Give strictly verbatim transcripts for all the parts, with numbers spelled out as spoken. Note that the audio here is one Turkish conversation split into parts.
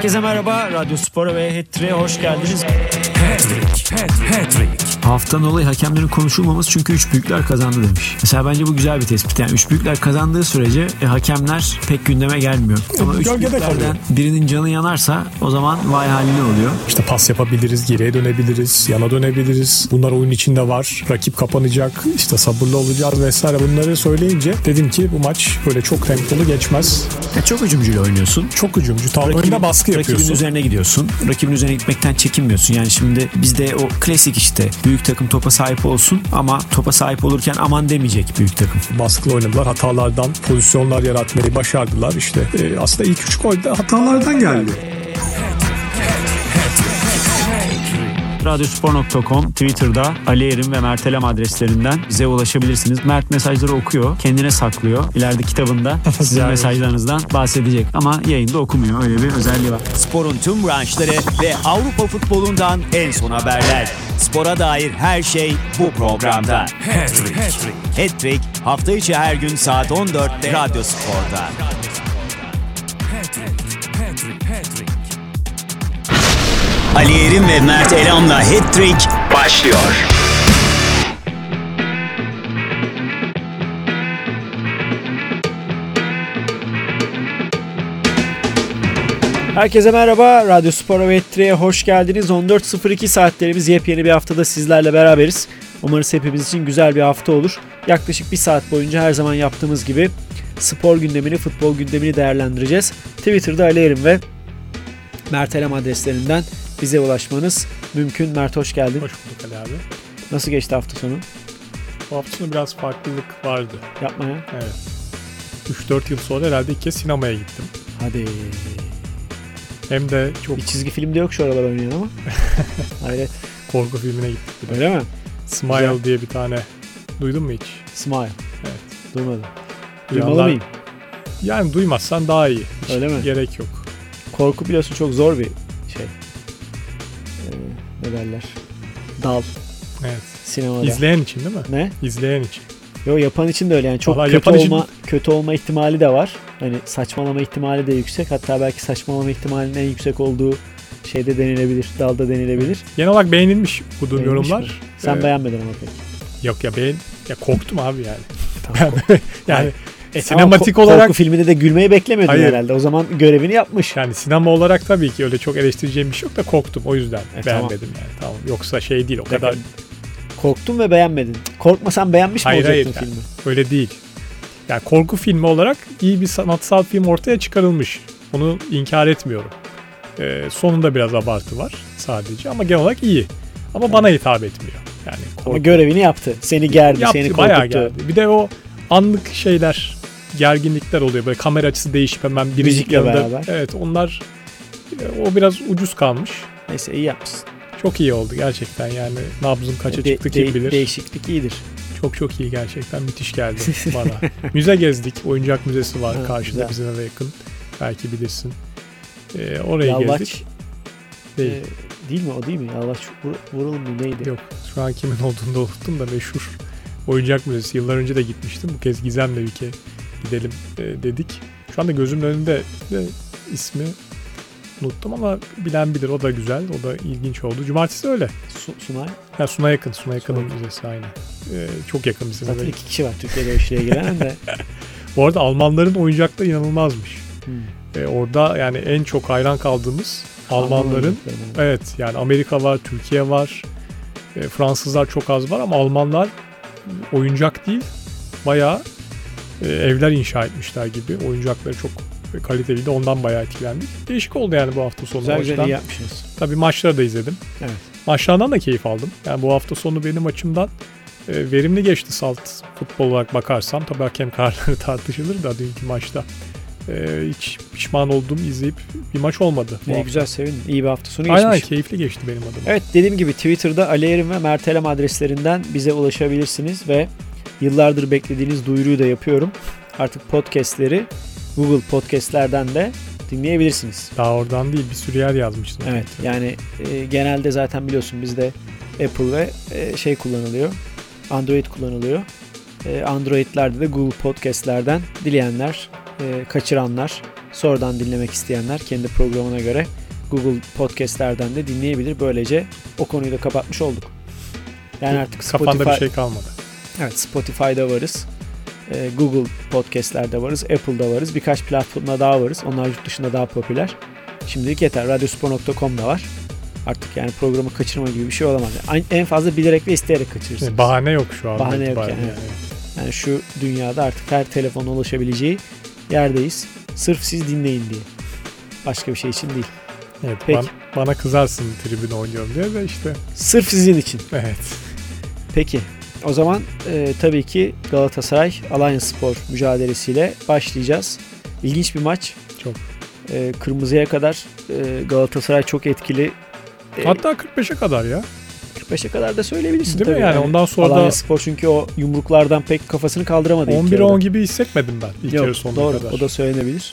Herkese merhaba. Radyo Spor'a ve Hat-Trick'e hoş geldiniz. Hat-Trick, Hat-Trick. Haftanın olayı hakemlerin konuşulmaması çünkü üç büyükler kazandı demiş. Mesela bence bu güzel bir tespit. Yani üç büyükler kazandığı sürece e, hakemler pek gündeme gelmiyor. Ama üç büyüklerden birinin canı yanarsa o zaman vay haline oluyor. İşte pas yapabiliriz, geriye dönebiliriz, yana dönebiliriz. Bunlar oyun içinde var. Rakip kapanacak, işte sabırlı olacağız vesaire. Bunları söyleyince dedim ki bu maç böyle çok tempolu geçmez. Ya çok hücumcuyla oynuyorsun. Çok hücumcu. Tam önünde baskı yapıyorsun. Rakibin üzerine gidiyorsun. Rakibin üzerine gitmekten çekinmiyorsun. Yani şimdi bizde o klasik işte büyük takım topa sahip olsun ama topa sahip olurken aman demeyecek büyük takım. Baskılı oynadılar. Hatalardan pozisyonlar yaratmayı başardılar. İşte e, aslında ilk üç gol de hatalardan geldi. radyospor nokta com Twitter'da Ali Erim ve Mert Elem adreslerinden bize ulaşabilirsiniz. Mert mesajları okuyor, kendine saklıyor. İleride kitabında sizin yani mesajlarınızdan bahsedecek ama yayında okumuyor. Öyle bir özelliği var. Sporun tüm branşları ve Avrupa futbolundan en son haberler. Spora dair her şey bu programda. Hat-Trick. Hat-Trick hafta içi her gün saat on dörtte Radyo Spor'da. Ali Erim ve Mert Elam'la Hat-Trick başlıyor. Herkese merhaba. Radyo Spor'a ve Hat-Trick'e hoş geldiniz. on dört sıfır iki saatlerimiz yepyeni bir haftada sizlerle beraberiz. Umarız hepimiz için güzel bir hafta olur. Yaklaşık bir saat boyunca her zaman yaptığımız gibi spor gündemini, futbol gündemini değerlendireceğiz. Twitter'da Ali Erim ve Mert Elem adreslerinden bize ulaşmanız mümkün. Mert hoş geldin. Hoş bulduk Ali abi. Nasıl geçti hafta sonu? Bu hafta sonu biraz farklılık vardı. Yapma ya. Evet. üç dört yıl sonra herhalde ilk kez sinemaya gittim. Hadi. Hem de çok... Bir çizgi film de yok şu aralar oynayan ama. Hayret. Korku filmine gittik. Öyle mi? Smile Güzel. Diye bir tane. Duydun mu hiç? Smile. Evet. Duymadım. Duyanlar... Duymalı mıyım? Yani duymazsan daha iyi. Hiç Öyle mi? Gerek yok. Korku biliyorsun çok zor bir şey. Ee, ne derler? Dal. Evet. Sinemada. İzleyen için değil mi? Ne? İzleyen için. Yo, yapan için de öyle yani çok Vallahi kötü olma için... kötü olma ihtimali de var. Hani saçmalama ihtimali de yüksek. Hatta belki saçmalama ihtimalinin en yüksek olduğu şeyde denilebilir. Dalda denilebilir. Genel olarak beğenilmiş bu yorumlar. Mi? Sen ee, beğenmedin ama pek. Yok ya beğen ya korktum abi yani. Tamam. yani e, sinematik tamam, olarak korku filminde de gülmeyi beklemiyordun Hayır. herhalde. O zaman görevini yapmış. Yani sinema olarak tabii ki öyle çok eleştireceğim bir şey yok da korktum. O yüzden e, beğenmedim tamam. yani. Tamam. Yoksa şey değil o Peki. kadar. Korktun ve beğenmedin. Korkmasan beğenmiş mi hayır, olacaktın hayır, filmi? Yani, öyle değil. Yani korku filmi olarak iyi bir sanatsal film ortaya çıkarılmış. Onu inkar etmiyorum. Ee, sonunda biraz abartı var sadece ama genel olarak iyi. Ama evet. Bana hitap etmiyor. Yani korku... Ama görevini yaptı. Seni gerdi, yaptı, seni bayağı korkuttu. gerdi. Bir de o anlık şeyler, gerginlikler oluyor. Böyle kamera açısı değişip hemen biricik yanında. Beraber. Evet, onlar o biraz ucuz kalmış. Neyse iyi yapmışsın. Çok iyi oldu gerçekten yani nabzım kaça de, çıktı kim de, bilir. Değişiklik iyidir. Çok çok iyi gerçekten müthiş geldi bana. Müze gezdik. Oyuncak müzesi var ha, karşıda güzel. Bizim eve yakın. Belki bilirsin. Ee, oraya Yalvaç, gezdik. Değil. E, değil mi o değil mi? Yalvaç vur, vuralım mı neydi? Yok şu an kimin olduğunu da unuttum da meşhur oyuncak müzesi. Yıllar önce de gitmiştim. Bu kez Gizem'le bir kez gidelim e, dedik. Şu anda gözümün önünde de ismi unuttum ama bilen bilir. O da güzel. O da ilginç oldu. Cumartesi öyle. Su, Sunay? Ha, Sunay yakın. Sunay yakın müzesi aynen. Ee, çok yakın bize. Zaten iki kişi var Türkiye'de o işlere giren de. Bu arada Almanların oyuncakları inanılmazmış. Hmm. Ee, orada yani en çok hayran kaldığımız Almanların. Evet yani Amerika var, Türkiye var. E, Fransızlar çok az var ama Almanlar oyuncak değil. Bayağı e, evler inşa etmişler gibi. Oyuncakları çok kaliteliydi. Ondan bayağı etkilendik. Değişik oldu yani bu hafta sonu. Güzel güzel iyi yapmışsınız. Tabii maçları da izledim. Evet. Maçlardan da keyif aldım. Yani bu hafta sonu benim açımdan e, verimli geçti salt futbol olarak bakarsam. Tabii hakem kararları tartışılır da dünkü maçta. E, hiç pişman olduğum izleyip bir maç olmadı. Ne güzel sevindim. İyi bir hafta sonu geçmiş. Aynen keyifli geçti benim adıma. Evet dediğim gibi Twitter'da Ali Erim ve Mert Elem adreslerinden bize ulaşabilirsiniz ve yıllardır beklediğiniz duyuruyu da yapıyorum. Artık podcastleri Google Podcast'lerden de dinleyebilirsiniz. Daha oradan değil bir sürü yer yazmışsın. Evet yani e, genelde zaten biliyorsun bizde Apple ve e, şey kullanılıyor. Android kullanılıyor. E, Android'lerde de Google Podcast'lerden dileyenler, e, kaçıranlar, sonradan dinlemek isteyenler kendi programına göre Google Podcast'lerden de dinleyebilir. Böylece o konuyu da kapatmış olduk. Yani artık Spotify, kafanda bir şey kalmadı. Evet, Spotify'da varız. Ee, Google Podcast'lerde varız. Apple'da varız. Birkaç platformda daha varız. Onlar yurt dışında daha popüler. Şimdilik yeter. radyospor nokta com'da var. Artık yani programı kaçırma gibi bir şey olamaz. Yani en fazla bilerek ve isteyerek kaçırırsınız. Bahane yok şu an. Bahane yok yani. yani. Yani şu dünyada artık her telefona ulaşabileceği yerdeyiz. Sırf siz dinleyin diye. Başka bir şey için değil. Evet, Peki. bana, bana kızarsın tribün oynuyorum diye de işte. Sırf sizin için. Evet. Peki. O zaman e, tabii ki Galatasaray Alanyaspor mücadelesiyle başlayacağız. İlginç bir maç. Çok. E, kırmızıya kadar e, Galatasaray çok etkili. E, Hatta kırk beşe kadar ya. kırk beşe kadar da söyleyebilirsin değil tabii. mi yani? yani ondan sonra da Alanyaspor çünkü o yumruklardan pek kafasını kaldıramadı. on bir on gibi hissetmedim ben ilk Yok, yarı sonuna doğru, kadar. O da söylenebilir.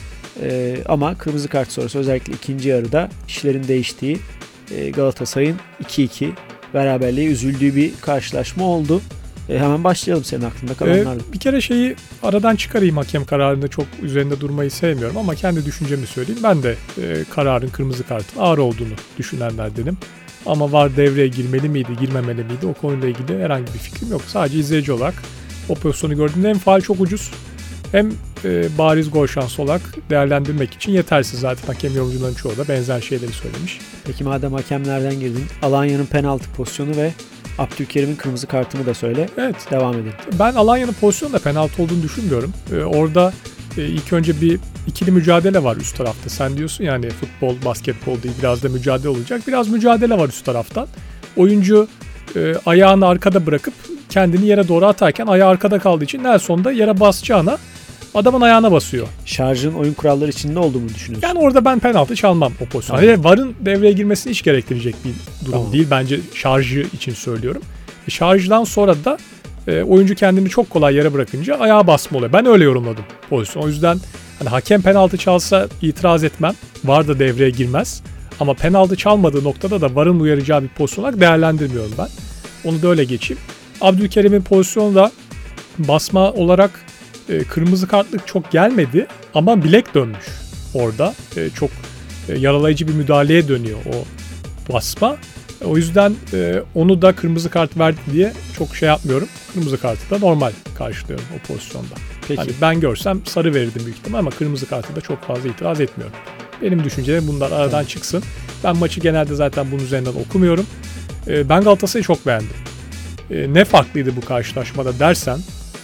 Ee, ama kırmızı kart sonrası özellikle ikinci yarıda işlerin değiştiği, e, Galatasaray'ın iki iki beraberliğe üzüldüğü bir karşılaşma oldu. E, hemen başlayalım senin aklında kalanlarla. Ee, bir kere şeyi aradan çıkarayım, hakem kararında çok üzerinde durmayı sevmiyorum ama kendi düşüncemi söyleyeyim. Ben de e, kararın kırmızı kartın ağır olduğunu düşünenlerdenim. Ama V A R devreye girmeli miydi, girmemeli miydi o konuyla ilgili herhangi bir fikrim yok. Sadece izleyici olarak o pozisyonu gördüğümde hem faul çok ucuz hem e, bariz gol şansı olarak değerlendirmek için yetersiz. Zaten hakem yorumcuların çoğu da benzer şeyleri söylemiş. Peki madem hakemlerden girdin, Alanya'nın penaltı pozisyonu ve Abdülkerim'in kırmızı kartını da söyle. Evet. Devam edelim. Ben Alanya'nın pozisyonunda penaltı olduğunu düşünmüyorum. Ee, orada e, ilk önce bir ikili mücadele var üst tarafta. Sen diyorsun yani futbol, basketbol değil, biraz da mücadele olacak. Biraz mücadele var üst taraftan. Oyuncu e, ayağını arkada bırakıp kendini yere doğru atarken ayağı arkada kaldığı için Nelson da yere basacağına adamın ayağına basıyor. Şarjın oyun kuralları içinde olduğunu düşünüyorsun. Yani orada ben penaltı çalmam o pozisyonda. Tamam. V A R'ın devreye girmesini hiç gerektirecek bir durum Tamam. değil. Bence şarjı için söylüyorum. E, şarjdan sonra da e, oyuncu kendini çok kolay yere bırakınca ayağa basma oluyor. Ben öyle yorumladım pozisyonu. O yüzden hani hakem penaltı çalsa itiraz etmem. V A R da devreye girmez. Ama penaltı çalmadığı noktada da V A R'ın uyaracağı bir pozisyon olarak değerlendirmiyorum ben. Onu da öyle geçeyim. Abdülkerim'in pozisyonu da basma olarak e, kırmızı kartlık çok gelmedi ama bilek dönmüş orada. E, çok e, yaralayıcı bir müdahaleye dönüyor o basma. E, o yüzden e, onu da kırmızı kart verdi diye çok şey yapmıyorum. Kırmızı kartı da normal karşılıyorum o pozisyonda. Peki. Hani ben görsem sarı verirdim büyük ihtimal ama kırmızı kartı da çok fazla itiraz etmiyorum. Benim düşüncelerim bunlar aradan tamam. çıksın. Ben maçı genelde zaten bunun üzerinden okumuyorum. E, ben Galatasaray'ı çok beğendim. E, ne farklıydı bu karşılaşmada dersen,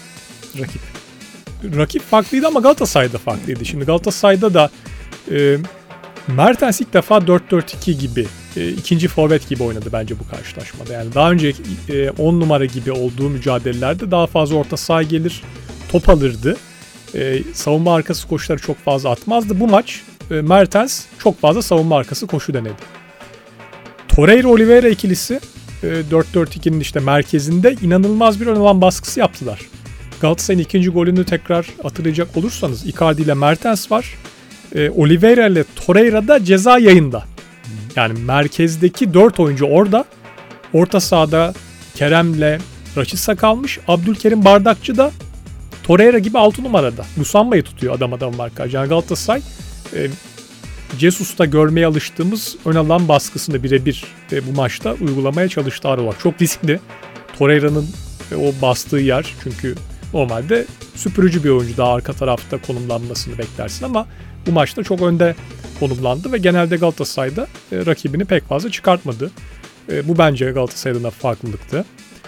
Rakip. Rakip farklıydı ama Galatasaray'da farklıydı. Şimdi Galatasaray'da da e, Mertens ilk defa dört dört iki gibi, e, ikinci forvet gibi oynadı bence bu karşılaşmada. Yani daha önce e, on numara gibi olduğu mücadelelerde daha fazla orta saha gelir, top alırdı. E, savunma arkası koşuları çok fazla atmazdı. Bu maç e, Mertens çok fazla savunma arkası koşu denedi. Torreira-Oliveira ikilisi e, dört dört ikinin işte merkezinde inanılmaz bir ön alan baskısı yaptılar. Galatasaray'ın ikinci golünü tekrar hatırlayacak olursanız Icardi ile Mertens var. E, Oliveira ile Torreira da ceza yayında. Yani merkezdeki dört oyuncu orada. Orta sahada Kerem'le Rashica kalmış. Abdülkerim Bardakçı da Torreira gibi altı numarada. Musamba'yı tutuyor adam adam markaj. Yani Galatasaray e, Jesus'ta görmeye alıştığımız ön alan baskısını birebir e, bu maçta uygulamaya çalıştı ağır olarak. Çok riskli. Torreira'nın e, o bastığı yer çünkü normalde süpürücü bir oyuncu, daha arka tarafta konumlanmasını beklersin ama bu maçta çok önde konumlandı ve genelde Galatasaray'da e, rakibini pek fazla çıkartmadı. E, bu bence Galatasaray adına farklılıktı.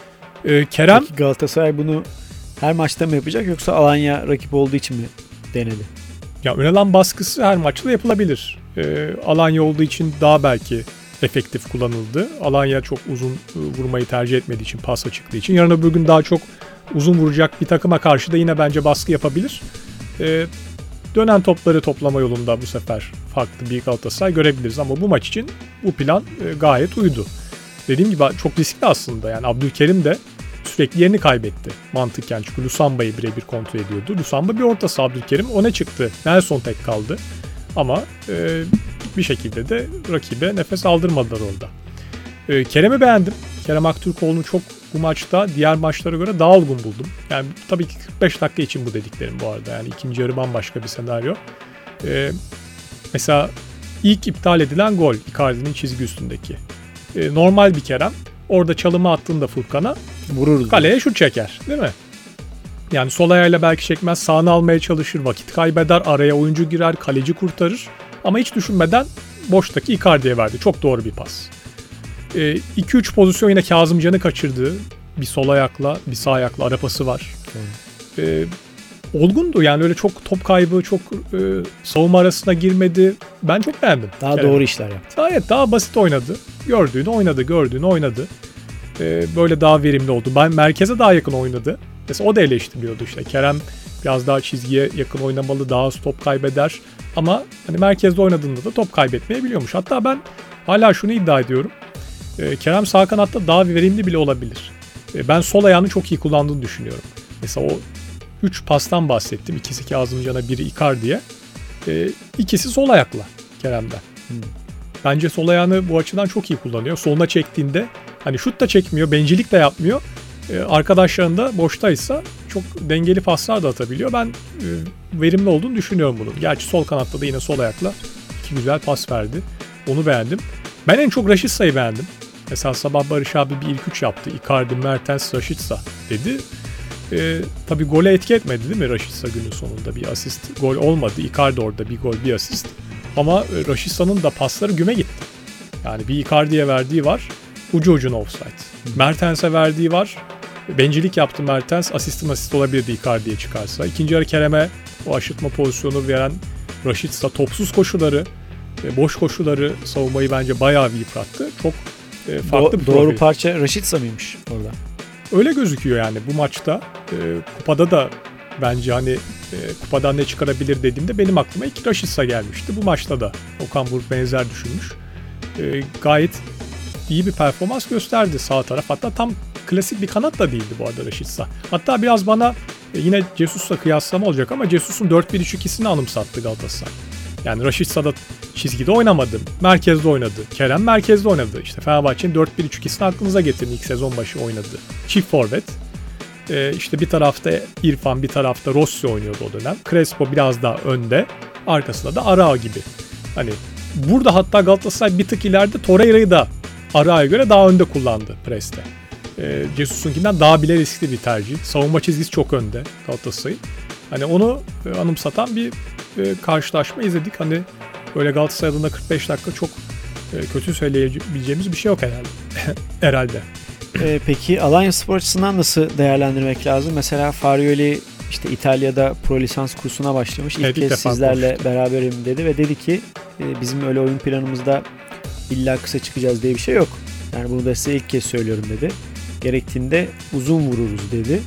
E, Kerem... Peki Galatasaray bunu her maçta mı yapacak yoksa Alanya rakip olduğu için mi denedi? Ya ön alan baskısı her maçta yapılabilir. E, Alanya olduğu için daha belki efektif kullanıldı. Alanya çok uzun vurmayı tercih etmediği için, pasa çıktığı için. Yarın öbür gün daha çok uzun vuracak bir takıma karşı da yine bence baskı yapabilir. Ee, dönen topları toplama yolunda bu sefer farklı bir Galatasaray görebiliriz ama bu maç için bu plan e, gayet uydu. Dediğim gibi çok riskli aslında. Yani Abdülkerim de sürekli yerini kaybetti mantıken çünkü Lusamba'yı birebir kontrol ediyordu. Lusamba bir orta saha, Abdülkerim öne çıktı. Nelson tek kaldı. Ama e, bir şekilde de rakibe nefes aldırmadılar orada. E, Kerem'i beğendim. Kerem Aktürkoğlu'nu çok bu maçta diğer maçlara göre daha olgun buldum. Yani tabii ki kırk beş dakika için bu dediklerim bu arada. Yani ikinci yarı bambaşka bir senaryo. E, mesela ilk iptal edilen gol Icardi'nin çizgi üstündeki. E, normal bir Kerem orada çalımı attığında Furkan'a vururuz. Kaleye şut çeker değil mi? Yani sol ayağıyla belki çekmez, sağını almaya çalışır, vakit kaybeder, araya oyuncu girer, kaleci kurtarır. Ama hiç düşünmeden boştaki Icardi'ye verdi. Çok doğru bir pas. iki üç pozisyon yine Kazımcan'ı kaçırdı. Bir sol ayakla, bir sağ ayakla ara pası var. E, olgundu yani, öyle çok top kaybı, çok e, savunma arasına girmedi. Ben çok beğendim. Daha Kerem. Doğru işler yaptı. Gayet daha basit oynadı. Gördüğünü oynadı, gördüğünü oynadı. E, böyle daha verimli oldu. Ben merkeze daha yakın oynadı. Mesela o da eleştiriliyordu işte. Kerem biraz daha çizgiye yakın oynamalı, daha az top kaybeder. Ama hani merkezde oynadığında da top kaybetmeyebiliyormuş. Hatta ben hala şunu iddia ediyorum. E, Kerem sağ kanatta daha verimli bile olabilir. E, ben sol ayağını çok iyi kullandığını düşünüyorum. Mesela o üç pastan bahsettim. İkisi Kazımcan'a, biri Icardi'ye. E, ikisi sol ayakla Kerem'den. Hmm. Bence sol ayağını bu açıdan çok iyi kullanıyor. Soluna çektiğinde hani şut da çekmiyor, bencillik de yapmıyor. E, arkadaşlarının da boştaysa çok dengeli paslar da atabiliyor. Ben e, verimli olduğunu düşünüyorum bunun. Gerçi sol kanatta da yine sol ayakla iki güzel pas verdi. Onu beğendim. Ben en çok Raşitsa'yı beğendim. Mesela sabah Barış abi bir ilk üç yaptı. Icardi, Mertens, Rashica dedi. Ee, tabii gole etki etmedi değil mi Rashica günün sonunda? Bir asist, gol olmadı. Icardi orada bir gol, bir asist. Ama Rashica'nın da pasları güme gitti. Yani bir Icardi'ye verdiği var, ucu ucuna offside. Hı. Mertens'e verdiği var, bencillik yaptı Mertens, asistin asist olabilirdi Icardi'ye çıkarsa. İkinci yarı Kerem'e o aşırtma pozisyonu veren Rashica, topsuz koşuları, boş koşuları savunmayı bence bayağı bir yıprattı. Çok farklı Do- bir Doğru profil. parça Rashica mıymış orada? Öyle gözüküyor yani bu maçta. E, kupada da bence hani e, kupadan ne çıkarabilir dediğimde benim aklıma ilk Rashica gelmişti. Bu maçta da Okan Buruk benzer düşünmüş. E, gayet iyi bir performans gösterdi sağ taraf. Hatta tam klasik bir kanat da değildi bu arada Rashica. Hatta biraz bana e, yine Jesus'la kıyaslama olacak ama Jesus'un dört bir üç ikisini anımsattı Galatasaray. Yani Rashica'da çizgide oynamadı. Merkezde oynadı. Kerem merkezde oynadı. İşte Fenerbahçe'nin dört bir üç ikisini aklınıza getirin, ilk sezon başı oynadı. Çift forvet. Ee, işte bir tarafta İrfan, bir tarafta Rossi oynuyordu o dönem. Crespo biraz daha önde. Arkasında da Arao gibi. Hani burada hatta Galatasaray bir tık ileride Torreira'yı da Arao'ya göre daha önde kullandı preste. Ee, Jesus'unkinden daha bile riskli bir tercih. Savunma çizgisi çok önde Galatasaray'ın. Hani onu e, anımsatan bir e, karşılaşma izledik. Hani böyle Galatasaray adına kırk beş dakika çok e, kötü söyleyebileceğimiz bir şey yok herhalde. herhalde. E, peki Alanyaspor açısından nasıl değerlendirmek lazım? Mesela Farioli işte İtalya'da pro lisans kursuna başlamış. İlk evet, kez ilk sizlerle konuştum. beraberim dedi ve dedi ki e, bizim öyle oyun planımızda illa kısa çıkacağız diye bir şey yok. Yani bunu da size ilk kez söylüyorum dedi. Gerektiğinde uzun vururuz dedi.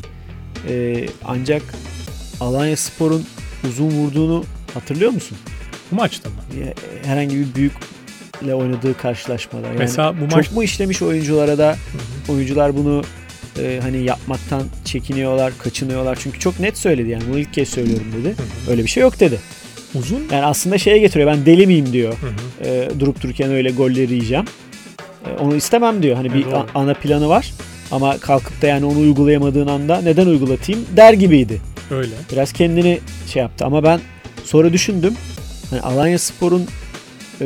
E, ancak Alanyaspor'un uzun vurduğunu hatırlıyor musun? Bu maçta mı? Herhangi bir büyükle oynadığı karşılaşmada. Yani mesela bu çok maç mu işlemiş oyunculara da Hı-hı. oyuncular bunu e, hani yapmaktan çekiniyorlar, kaçınıyorlar. Çünkü çok net söyledi yani. Bunu ilk kez söylüyorum dedi. Hı-hı. Öyle bir şey yok dedi. Uzun? Yani aslında şeye getiriyor. Ben deli miyim diyor. E, durup dururken öyle golleri yiyeceğim. E, onu istemem diyor. Hani evet, bir a- ana planı var. Ama kalkıp da yani onu uygulayamadığın anda neden uygulatayım der gibiydi. Öyle. Biraz kendini şey yaptı ama ben sonra düşündüm. Hani Alanyaspor'un e,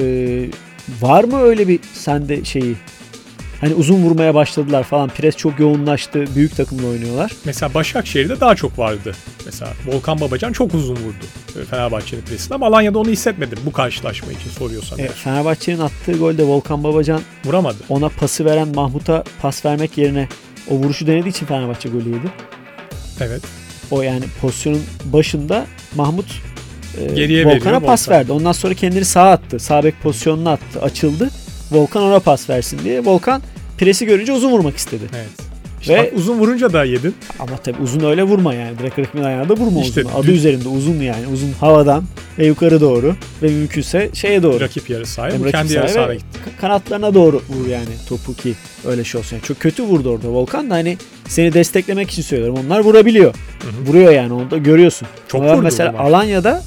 var mı öyle bir sende şeyi? Hani uzun vurmaya başladılar falan. Pres çok yoğunlaştı. Büyük takımla oynuyorlar. Mesela Başakşehir'de daha çok vardı. Mesela Volkan Babacan çok uzun vurdu Fenerbahçe'nin presinde ama Alanya'da onu hissetmedim bu karşılaşma için soruyorsan. E, Fenerbahçe'nin attığı golde Volkan Babacan vuramadı. Ona pası veren Mahmut'a pas vermek yerine o vuruşu denediği için Fenerbahçe golü yedi. Evet. O yani pozisyonun başında Mahmut e, Geriye Volkan'a pas Volkan. verdi. Ondan sonra kendini sağa attı. Sağ bek pozisyonuna attı. Açıldı. Volkan ona pas versin diye. Volkan presi görünce uzun vurmak istedi. Evet. İşte Ve, uzun vurunca da yedin. Ama tabii uzun öyle vurma yani. Direkt rakibin ayağına da vurma işte uzun. Adı düz... üzerinde uzun yani. Uzun havadan ve yukarı doğru ve mümkünse şeye doğru. Rakip yarı sahaya. Bu kendi yarı sahaya gitti. Kanatlarına doğru vur yani topu ki öyle şey olsun. Yani çok kötü vurdu orada Volkan da hani seni desteklemek için söylüyorum. Onlar vurabiliyor. Hı hı. Vuruyor yani onu da görüyorsun. Çok Ama vurdu. Mesela Alanya'da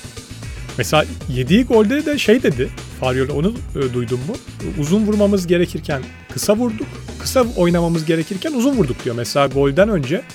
mesela yediği golde de şey dedi. Farioli onu e, duydun mu? Uzun vurmamız gerekirken kısa vurduk. Kısa oynamamız gerekirken uzun vurduk diyor. Mesela golden önce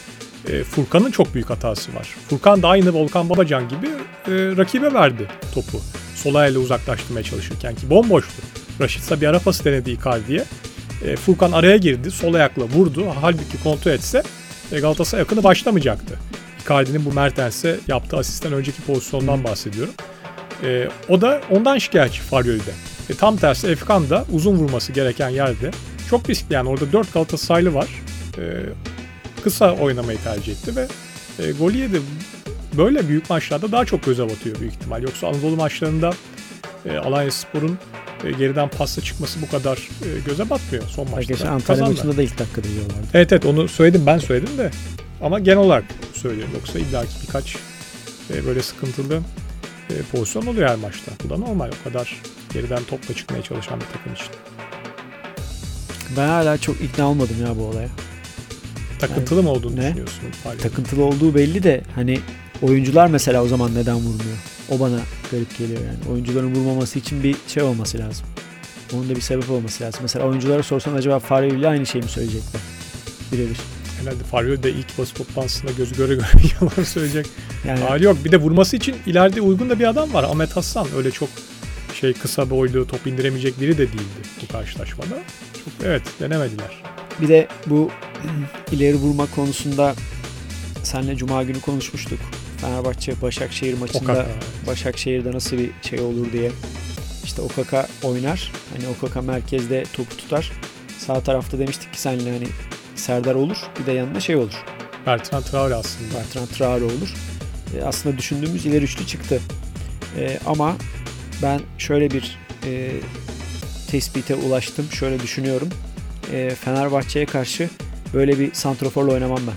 E, Furkan'ın çok büyük hatası var. Furkan da aynı Volkan Babacan gibi e, rakibe verdi topu. Sol ayağıyla uzaklaştırmaya çalışırken ki bomboştu. Rashica bir ara pası denedi Icardi'ye. E, Furkan araya girdi. Sol ayakla vurdu. Halbuki kontrol etse e, Galatasaray yakını başlamayacaktı. Icardi'nin bu Mertens'e yaptığı asistten önceki pozisyondan bahsediyorum. E, o da ondan şikayetçi Faryoli'de. E, tam tersi Efkan da uzun vurması gereken yerde. Çok riskli yani orada dört Galatasaraylı var. E, kısa oynamayı tercih etti ve e, golü yedi. Böyle büyük maçlarda daha çok göze batıyor büyük ihtimal. Yoksa Anadolu maçlarında e, Alanyaspor'un e, geriden pasla çıkması bu kadar e, göze batmıyor son maçta. Geçen Antalya maçında da ilk dakikada yiyorlardı. Evet evet onu söyledim ben söyledim de ama genel olarak söylüyorum. Yoksa illaki birkaç e, böyle sıkıntılı e, pozisyon oluyor her maçta. Bu da normal o kadar geriden topla çıkmaya çalışan bir takım için. Ben hala çok ikna olmadım ya bu olaya. Takıntılı yani, mı olduğunu ne? düşünüyorsun? Takıntılı olduğu belli de hani oyuncular mesela o zaman neden vurmuyor? O bana garip geliyor yani. Oyuncuların vurmaması için bir şey olması lazım. Onun da bir sebep olması lazım. Mesela oyunculara sorsan acaba Faryoli ile aynı şeyi mi söyleyecekler? Birebir. Herhalde Faryoli de ilk basın toplantısında gözü göre göre yalan söyleyecek. Yani, hali yok. Bir de vurması için ileride uygun da bir adam var. Ahmet Hasan öyle çok şey kısa boylu top indiremeyecek biri de değildi bu karşılaşmada. Çok evet denemediler. Bir de bu ileri vurma konusunda seninle Cuma günü konuşmuştuk. Fenerbahçe Başakşehir maçında Okaka. Başakşehir'de nasıl bir şey olur diye. İşte Okaka oynar. Hani Okaka merkezde topu tutar. Sağ tarafta demiştik ki seninle hani Serdar olur. Bir de yanında şey olur. Bertrand Traore aslında. Bertrand Traore olur. E, aslında düşündüğümüz ileri üçlü çıktı. E, ama ben şöyle bir e, tespite ulaştım. Şöyle düşünüyorum. E, Fenerbahçe'ye karşı böyle bir santraforla oynamam ben.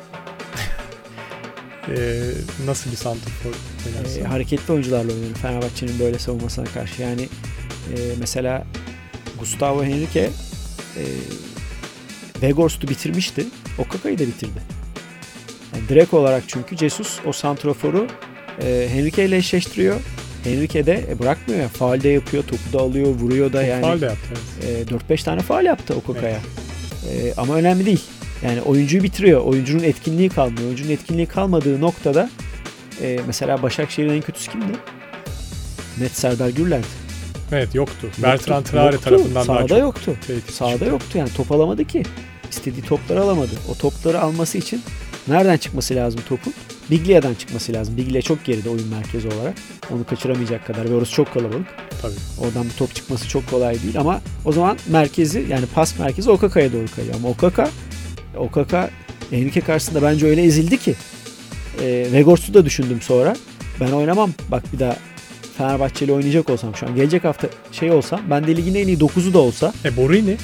Ee, nasıl bir santrafor oynarsın? E, hareketli oyuncularla oynuyorum Fenerbahçe'nin böyle savunmasına karşı. Yani e, mesela Gustavo Henrique e, Weghorst'u bitirmişti. Okaka'yı da bitirdi. Yani direkt olarak çünkü Jesus o santraforu e, Henrique ile eşleştiriyor. Henrique de e, bırakmıyor ya. Faul de yapıyor, topu da alıyor, vuruyor da. Yani, faul de yaptı. Evet. E, dört beş tane faul yaptı Okaka'ya. Evet. E, ama önemli değil. Yani oyuncuyu bitiriyor. Oyuncunun etkinliği kalmıyor. Oyuncunun etkinliği kalmadığı noktada e, mesela Başakşehir'in en kötüsü kimdi? Net Serdar Gürler'di. Evet yoktu. yoktu. Bertrand Traore tarafından Sağda daha çok yoktu. Sağda çıktı. yoktu. Yani top alamadı ki. İstediği topları alamadı. O topları alması için nereden çıkması lazım topun? Biglia'dan çıkması lazım. Biglia çok geride oyun merkezi olarak. Onu kaçıramayacak kadar ve orası çok kalabalık. Tabii. Oradan bir top çıkması çok kolay değil ama o zaman merkezi yani pas merkezi Okaka'ya doğru kayıyor. Ama Okaka Okaka Henrique karşısında bence öyle ezildi ki e, Weghorst'u da düşündüm sonra. Ben oynamam. Bak bir daha Fenerbahçe ile oynayacak olsam şu an. Gelecek hafta şey olsa ben de ligin en iyi dokuzu da olsa. E Borini?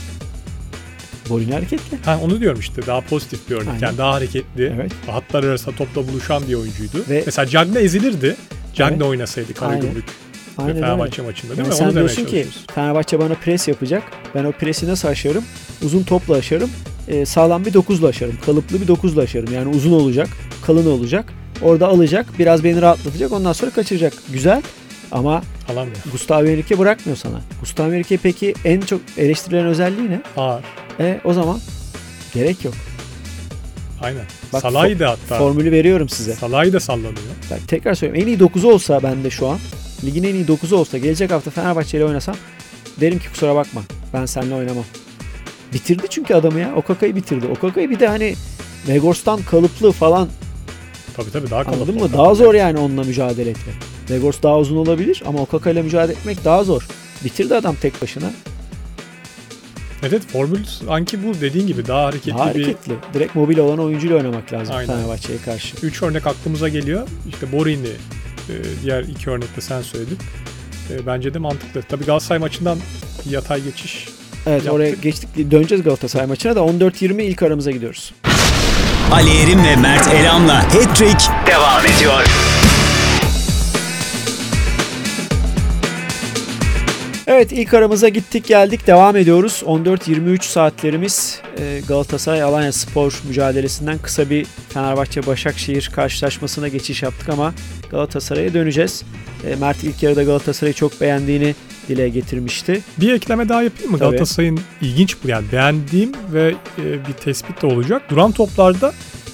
Borini hareketli. Ha onu diyorum işte daha pozitif bir örnek. Aynen. Yani daha hareketli. Evet. Hatlar arasında topla buluşan bir oyuncuydu. Ve Mesela Cagne ezilirdi. Cagne evet. oynasaydı Karagümrük. Aynen Fenerbahçe öyle. Maçında değil yani mi? Sen onu diyorsun ki Fenerbahçe bana pres yapacak. Ben o presi nasıl aşarım? Uzun topla aşarım. Ee, sağlam bir dokuzla aşarım. Kalıplı bir dokuzla aşarım. Yani uzun olacak. Kalın olacak. Orada alacak. Biraz beni rahatlatacak. Ondan sonra kaçıracak. Güzel. Ama alamıyor. Gustavo Henrique bırakmıyor sana. Gustavo Henrique peki en çok eleştirilen özelliği ne? Ağır. E o zaman gerek yok. Aynen. Salah'ı da hatta. Formülü veriyorum size. Salah'ı da sallanıyor. Bak, tekrar söyleyeyim. En iyi dokuzu olsa bende şu an. Ligin en iyi dokuzu olsa gelecek hafta Fenerbahçe ile oynasam derim ki kusura bakma. Ben seninle oynamam. Bitirdi çünkü adamı ya. Okaka'yı bitirdi. Okaka'yı bir de hani Weghorst'tan kalıplı falan. Tabii tabii daha kalıplı. Anladın mı? Daha zor yani onunla mücadele etmek. Weghorst daha uzun olabilir ama Okaka ile mücadele etmek daha zor. Bitirdi adam tek başına. Evet formül sanki bu dediğin gibi daha hareketli, daha hareketli. bir... Direkt mobil olan oyuncuyla oynamak lazım Fenerbahçe'ye karşı. Üç örnek aklımıza geliyor. İşte Borini, diğer iki örnekte sen söyledin. Bence de mantıklı. Tabii Galatasaray maçından bir yatay geçiş Evet yaptık. Oraya geçtik. Döneceğiz Galatasaray maçına da on dört yirmi ilk aramıza gidiyoruz. Ali Erim ve Mert Elam'la Hat-Trick devam ediyor. Evet ilk aramıza gittik geldik devam ediyoruz. on dört yirmi üç saatlerimiz Galatasaray Alanyaspor mücadelesinden kısa bir Fenerbahçe Başakşehir karşılaşmasına geçiş yaptık ama Galatasaray'a döneceğiz. Mert ilk yarıda Galatasaray'ı çok beğendiğini dile getirmişti. Bir ekleme daha yapayım mı? Tabii. Galatasaray'ın ilginç yani beğendiğim ve bir tespit de olacak. Duran toplarda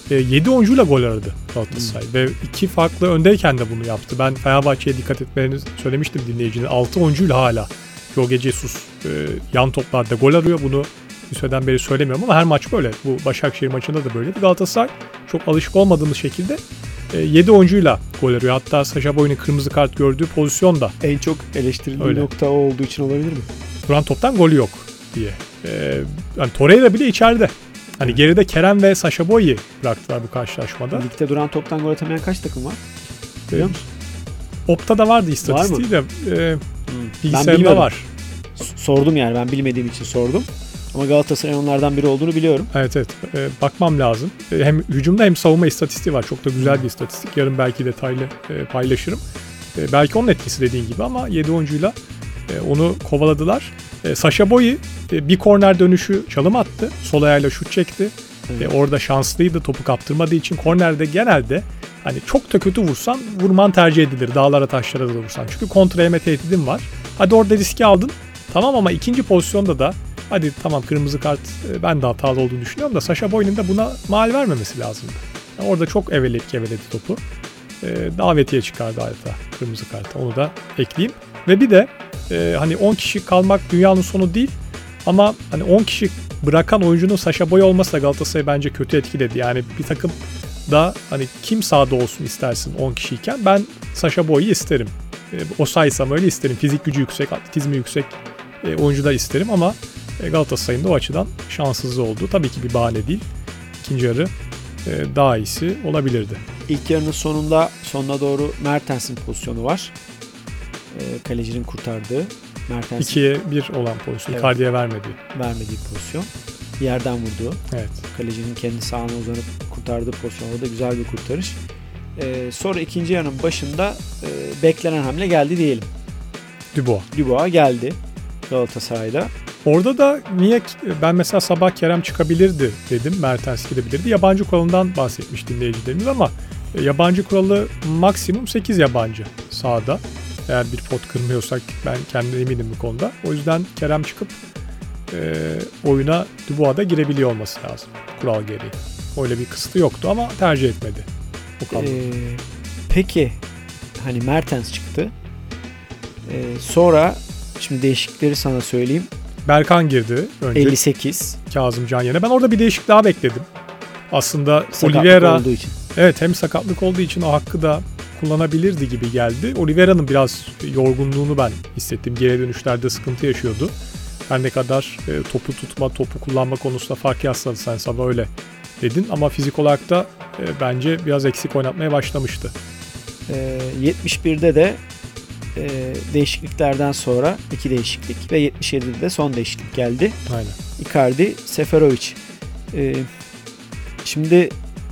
e, yedi oyuncuyla gol aradı Galatasaray. Hmm. Ve iki farklı öndeyken de bunu yaptı. Ben Fenerbahçe'ye dikkat etmelerini söylemiştim dinleyicinin. altı oyuncuyla hala Jorge Jesus e, yan toplarda gol arıyor. Bunu bir süreden beri söylemiyorum ama her maç böyle. Bu Başakşehir maçında da böyleydi. Galatasaray çok alışık olmadığımız şekilde yedi oyuncuyla gol arıyor. Hatta Sacha Boey'nin kırmızı kart gördüğü pozisyonda. En çok eleştirildiği öyle. Nokta o olduğu için olabilir mi? Duran toptan golü yok diye. Ee, yani Torreira bile içeride. Hani evet. Geride Kerem ve Sacha Boey'i bıraktılar bu karşılaşmada. Ligde duran toptan gol atamayan kaç takım var? Biliyor musun? Opta'da vardı istatistiği de. E, hmm. Bilgisayarında var. Sordum yani, ben bilmediğim için sordum. Ama Galatasaray'ın onlardan biri olduğunu biliyorum. Evet evet. E, bakmam lazım. E, hem hücumda hem savunma istatistiği var. Çok da güzel bir istatistik. Yarın belki detaylı e, paylaşırım. E, belki onun etkisi dediğin gibi ama yedi oyuncuyla e, onu kovaladılar. E, Sacha Boey e, bir korner dönüşü çalım attı. Sol ayağıyla şut çekti. Evet. E, orada şanslıydı. Topu kaptırmadığı için kornerde genelde hani çok da kötü vursan vurman tercih edilir. Dağlara taşlara da vursan. Çünkü kontra yeme tehdidin var. Hadi orada riski aldın. Tamam ama ikinci pozisyonda da hadi tamam kırmızı kart ben de hatalı olduğunu düşünüyorum da Sacha Boey'nin de buna mal vermemesi lazımdı. Yani orada çok eveleyip geveledi topu. E, davetiye çıkardı adeta kırmızı kartı. Onu da ekleyeyim. Ve bir de e, hani on kişi kalmak dünyanın sonu değil ama hani on kişi bırakan oyuncunun Sacha Boey olması da Galatasaray'ı bence kötü etkiledi. Yani bir takım da hani kim sahada olsun istersin on kişiyken ben Sacha Boey'i isterim. E, o saysam öyle isterim. Fizik gücü yüksek, atletizmi yüksek e, oyuncu da isterim ama Galatasaray'ın da o açıdan şanssız oldu. Tabii ki bir bahane değil. İkinci yarı daha iyisi olabilirdi. İlk yarının sonunda sonuna doğru Mertens'in pozisyonu var. Kalecinin kurtardığı. Mertens'in ikiye bir olan pozisyon. Evet. Icardi'ye vermediği. Vermediği pozisyon. Yerden vurduğu. Evet. Kalecinin kendi sağına uzanıp kurtardığı pozisyon. O da güzel bir kurtarış. Sonra ikinci yarının başında beklenen hamle geldi diyelim. Dubois. Dubois geldi Galatasaray'da. Orada da niye ben mesela sabah Kerem çıkabilirdi dedim. Mertens gidebilirdi. Yabancı kuralından bahsetmiş dinleyicilerimiz ama yabancı kuralı maksimum sekiz yabancı sahada. Eğer bir pot kırmıyorsak ben kendime eminim bu konuda. O yüzden Kerem çıkıp e, oyuna Dubois'da girebiliyor olması lazım. Kural gereği. Öyle bir kısıtı yoktu ama tercih etmedi. O ee, peki hani Mertens çıktı. Ee, sonra şimdi değişiklikleri sana söyleyeyim. Berkan girdi önce. elli sekiz. Kazımcan yerine. Ben orada bir değişiklik daha bekledim. Aslında sakatlık Oliveira olduğu için. Evet, hem sakatlık olduğu için o hakkı da kullanabilirdi gibi geldi. Oliveira'nın biraz yorgunluğunu ben hissettim. Geri dönüşlerde sıkıntı yaşıyordu. Her ne kadar e, topu tutma, topu kullanma konusunda fark yasladı, sen sabah öyle dedin ama fizik olarak da e, bence biraz eksik oynatmaya başlamıştı. E, yetmiş birde de e, değişikliklerden sonra iki değişiklik ve yetmiş yedide de son değişiklik geldi. Aynen. Icardi, Seferovic. E, şimdi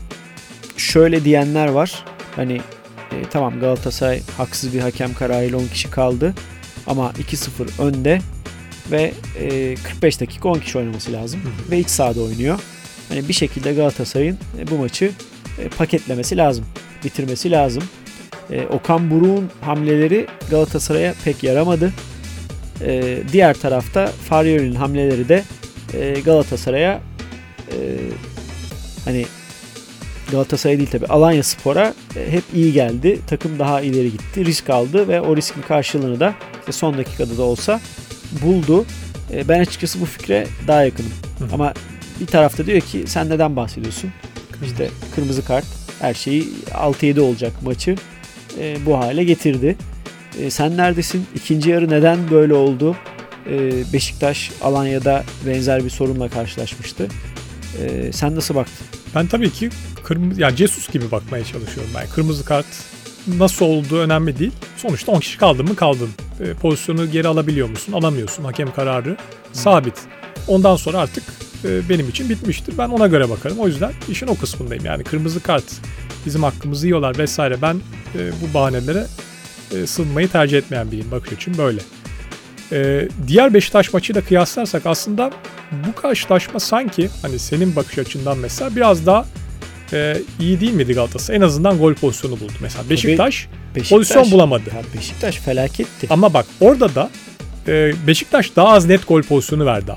şöyle diyenler var. Hani e, tamam Galatasaray haksız bir hakem kararıyla on kişi kaldı ama iki sıfır önde ve e, kırk beş dakika on kişi oynaması lazım. Hı hı. Ve iç sahada oynuyor. Hani bir şekilde Galatasaray'ın e, bu maçı e, paketlemesi lazım. Bitirmesi lazım. E, Okan Buruk'un hamleleri Galatasaray'a pek yaramadı. E, diğer tarafta Farioli'nin hamleleri de e, Galatasaray'a e, hani Galatasaray değil tabii, Alanyaspor'a e, hep iyi geldi. Takım daha ileri gitti. Risk aldı ve o riskin karşılığını da işte son dakikada da olsa buldu. E, ben açıkçası bu fikre daha yakınım. Hı. Ama bir tarafta diyor ki sen neden bahsediyorsun? Hı. İşte kırmızı kart her şeyi altı yedi olacak maçı e, bu hale getirdi. E, sen neredesin? İkinci yarı neden böyle oldu? E, Beşiktaş Alanya'da benzer bir sorunla karşılaşmıştı. E, sen nasıl baktın? Ben tabii ki kırmızı, yani Jesus gibi bakmaya çalışıyorum ben. Kırmızı kart nasıl olduğu önemli değil. Sonuçta on kişi kaldın mı kaldın. E, pozisyonu geri alabiliyor musun? Alamıyorsun. Hakem kararı sabit. Ondan sonra artık e, benim için bitmiştir. Ben ona göre bakarım. O yüzden işin o kısmındayım. Yani kırmızı kart bizim hakkımızı yiyorlar vesaire. Ben e, bu bahanelere e, sığınmayı tercih etmeyen biriyim. Bakış açım böyle. E, diğer Beşiktaş maçıyla kıyaslarsak aslında bu karşılaşma sanki hani senin bakış açından mesela biraz daha e, iyi değil miydi Galatasaray? En azından gol pozisyonu buldu. Mesela Beşiktaş, Beşiktaş pozisyon bulamadı. Beşiktaş felaketti. Ama bak orada da e, Beşiktaş daha az net gol pozisyonu verdi ama.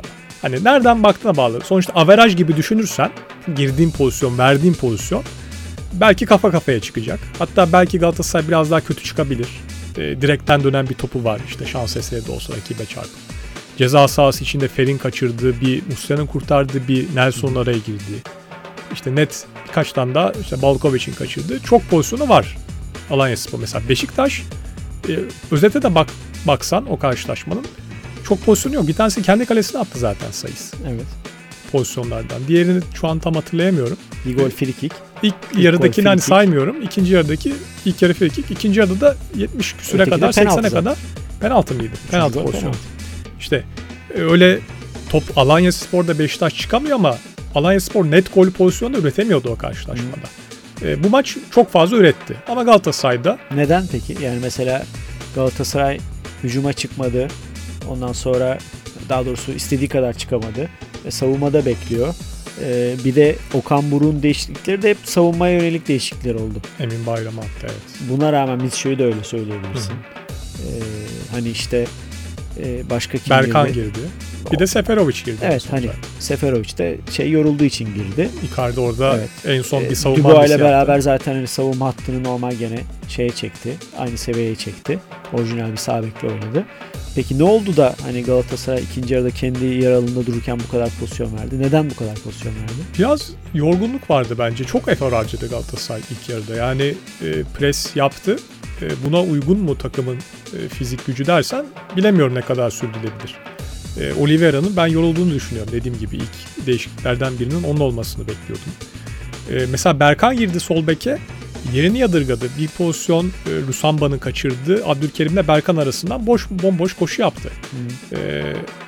Hani nereden baktığına bağlı. Sonuçta averaj gibi düşünürsen girdiğin pozisyon, verdiğin pozisyon belki kafa kafaya çıkacak. Hatta belki Galatasaray biraz daha kötü çıkabilir. E, direkten dönen bir topu var işte şans eseri de olsa rakibe çarpıp. Ceza sahası içinde Fer'in kaçırdığı bir, Muslera'nın kurtardığı bir, Nelson'un araya girdiği. İşte net birkaç tane daha işte Balkovic'in kaçırdığı çok pozisyonu var Alanyaspor. Mesela Beşiktaş e, özete de bak baksan o karşılaşmanın çok pozisyonu yok. Bir tanesi kendi kalesine attı zaten sayısı. Evet. Pozisyonlardan. Diğerini şu an tam hatırlayamıyorum. Bir gol free kick. İlk, ilk yarıdakini hani saymıyorum. İkinci yarıdaki ilk yarı free kick. İkinci yarıda da yetmiş küsüre Öteki kadar seksene zaten. kadar penaltı mıydı? Penaltı pozisyonu. Penaltı. İşte öyle top Alanyaspor'da Beşiktaş çıkamıyor ama Alanyaspor net gol pozisyonu üretemiyordu o karşılaşmada. Hmm. E, bu maç çok fazla üretti. Ama Galatasaray'da... Neden peki? Yani mesela Galatasaray hücuma çıkmadı. Ondan sonra daha doğrusu istediği kadar çıkamadı. E, savunmada bekliyor. E, bir de Okan Buruk'un değişiklikleri de hep savunmaya yönelik değişiklikler oldu. Emin Bayram attı, evet. Buna rağmen Mitchell'ı da öyle söyleyebilirsin. E, hani işte e, başka kim Berkan girdi? girdi. Bir de Seferovic girdi. Evet hani Seferovic de şey yorulduğu için girdi. Icardi orada evet. En son bir savunma Dubois ile beraber zaten hani savunma hattını normal gene şeye çekti. Aynı seviyeye çekti. Orijinal bir sağ bekle oynadı. Peki ne oldu da hani Galatasaray ikinci yarıda kendi yer alanında dururken bu kadar pozisyon verdi? Neden bu kadar pozisyon verdi? Biraz yorgunluk vardı bence. Çok efor harcadı Galatasaray ilk yarıda. Yani e, pres yaptı. E, buna uygun mu takımın e, fizik gücü dersen bilemiyorum ne kadar sürdürülebilir. E, Oliveira'nın ben yorulduğunu düşünüyorum. Dediğim gibi ilk değişikliklerden birinin onun olmasını bekliyordum. E, mesela Berkan girdi sol beke. Yerini yadırgadı. Bir pozisyon e, Lusamba'nın kaçırdığı Abdülkerim'le Berkan arasından boş bomboş koşu yaptı. Hmm. E,